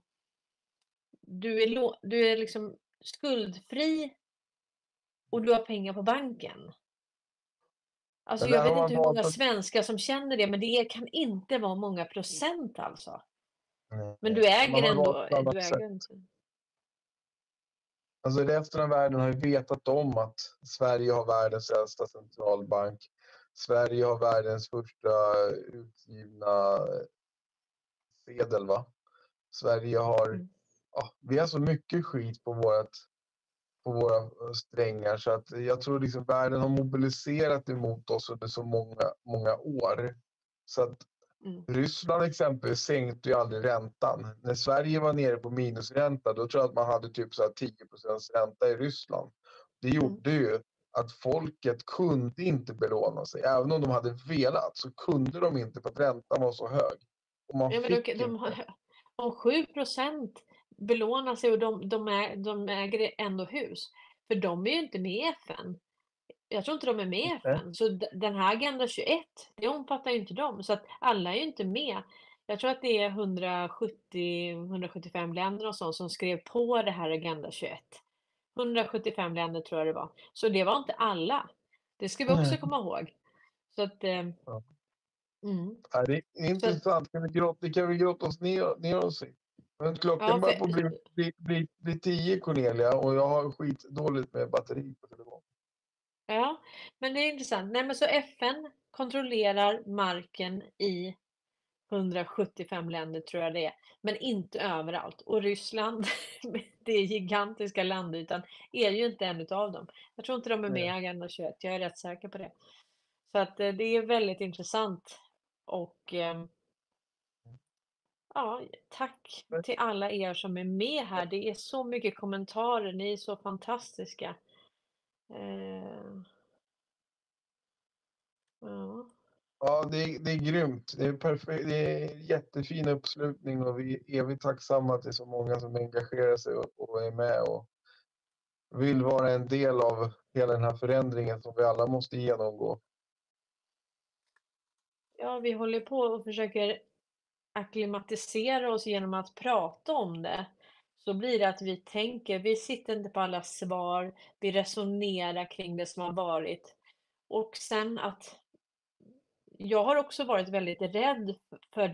du är liksom skuldfri och du har pengar på banken. Alltså Men jag där vet har inte man hur många valt att... svenskar som känner det, men det kan inte vara många procent alltså. Men Nej, man har valt ett du annat sätt. äger inte. Alltså resten av världen har ju vetat om att Sverige har världens äldsta centralbank. Sverige har världens första utgivna sedel, va? Sverige har... Mm. Ja, vi har så mycket skit på våra strängar så att jag tror liksom världen har mobiliserat emot oss under så många år. Så att Mm. Ryssland exempelvis sänkte ju aldrig räntan. När Sverige var nere på minusränta, då tror jag att man hade typ så här 10% ränta i Ryssland. Det Mm. gjorde ju att folket kunde inte belåna sig. Även om de hade velat så kunde de inte för att räntan var så hög. Och man Ja, men fick de inte. har, om 7% belånar sig och de äger ändå hus, för de är ju inte med i FN. Jag tror inte de är med i Nej. FN, så den här Agenda 21, det omfattar ju inte dem, så att alla är ju inte med. Jag tror att det är 175 länder och sånt som skrev på det här Agenda 21. 175 länder tror jag det var. Så det var inte alla. Det ska vi också komma ihåg. Så att, Ja. mm. Ja, det är Så att, intressant. Det kan vi gråta oss ner oss i. Men klockan ja, börjar på bli 10, Cornelia, och jag har skitdåligt med batteri på telefonen. ja, men det är intressant. Nej, men så FN kontrollerar marken i 175 länder tror jag det är, men inte överallt. Och Ryssland, med det gigantiska landytan, är ju inte en utav dem. Jag tror inte de är med i Nej. Agenda 21, jag är rätt säker på det. Så att det är väldigt intressant. Och ja, tack till alla er som är med här. Det är så mycket kommentarer, ni är så fantastiska. Eh, ja. Ja, det är grymt. Det är perfekt. Det är jättefin uppslutning och vi är evigt tacksamma att det är så många som engagerar sig och är med och vill vara en del av hela den här förändringen som vi alla måste genomgå. Ja, vi håller på och försöker acklimatisera oss genom att prata om det. Så blir det att vi tänker, vi sitter inte på alla svar, vi resonerar kring det som har varit. Och sen att jag har också varit väldigt rädd för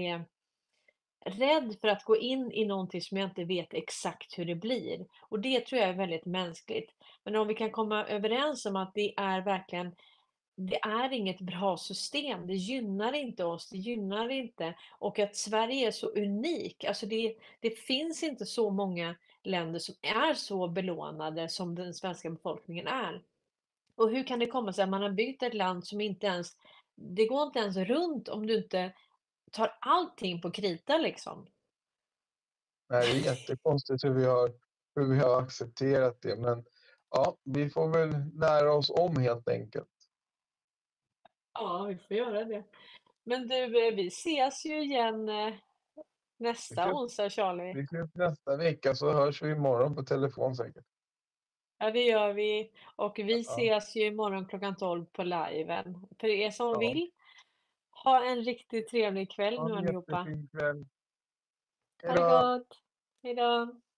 rädd för att gå in i någonting som jag inte vet exakt hur det blir. Och det tror jag är väldigt mänskligt. Men om vi kan komma överens om att det är inget bra system. Det gynnar inte oss, det gynnar inte och att Sverige är så unik. Alltså det finns inte så många länder som är så belånade som den svenska befolkningen är. Och hur kan det komma sig att man har byggt ett land som inte ens det går inte ens runt om du inte tar allting på krita liksom. Nej, det är jättekonstigt hur vi har accepterat det. Men ja, vi får väl lära oss om helt enkelt. Ja, vi får göra det. Men du, vi ses ju igen Vi nästa ses, onsdag, Charlie. vi ses nästa vecka så hörs vi imorgon på telefon säkert. Ja, det gör vi. Och vi Ja, ses ju imorgon klockan 12 på liven. För er som ja. vill, ha en riktigt trevlig kväll Ha nu en allihopa. jättefin kväll. Hej Ha det då! gott! Hejdå!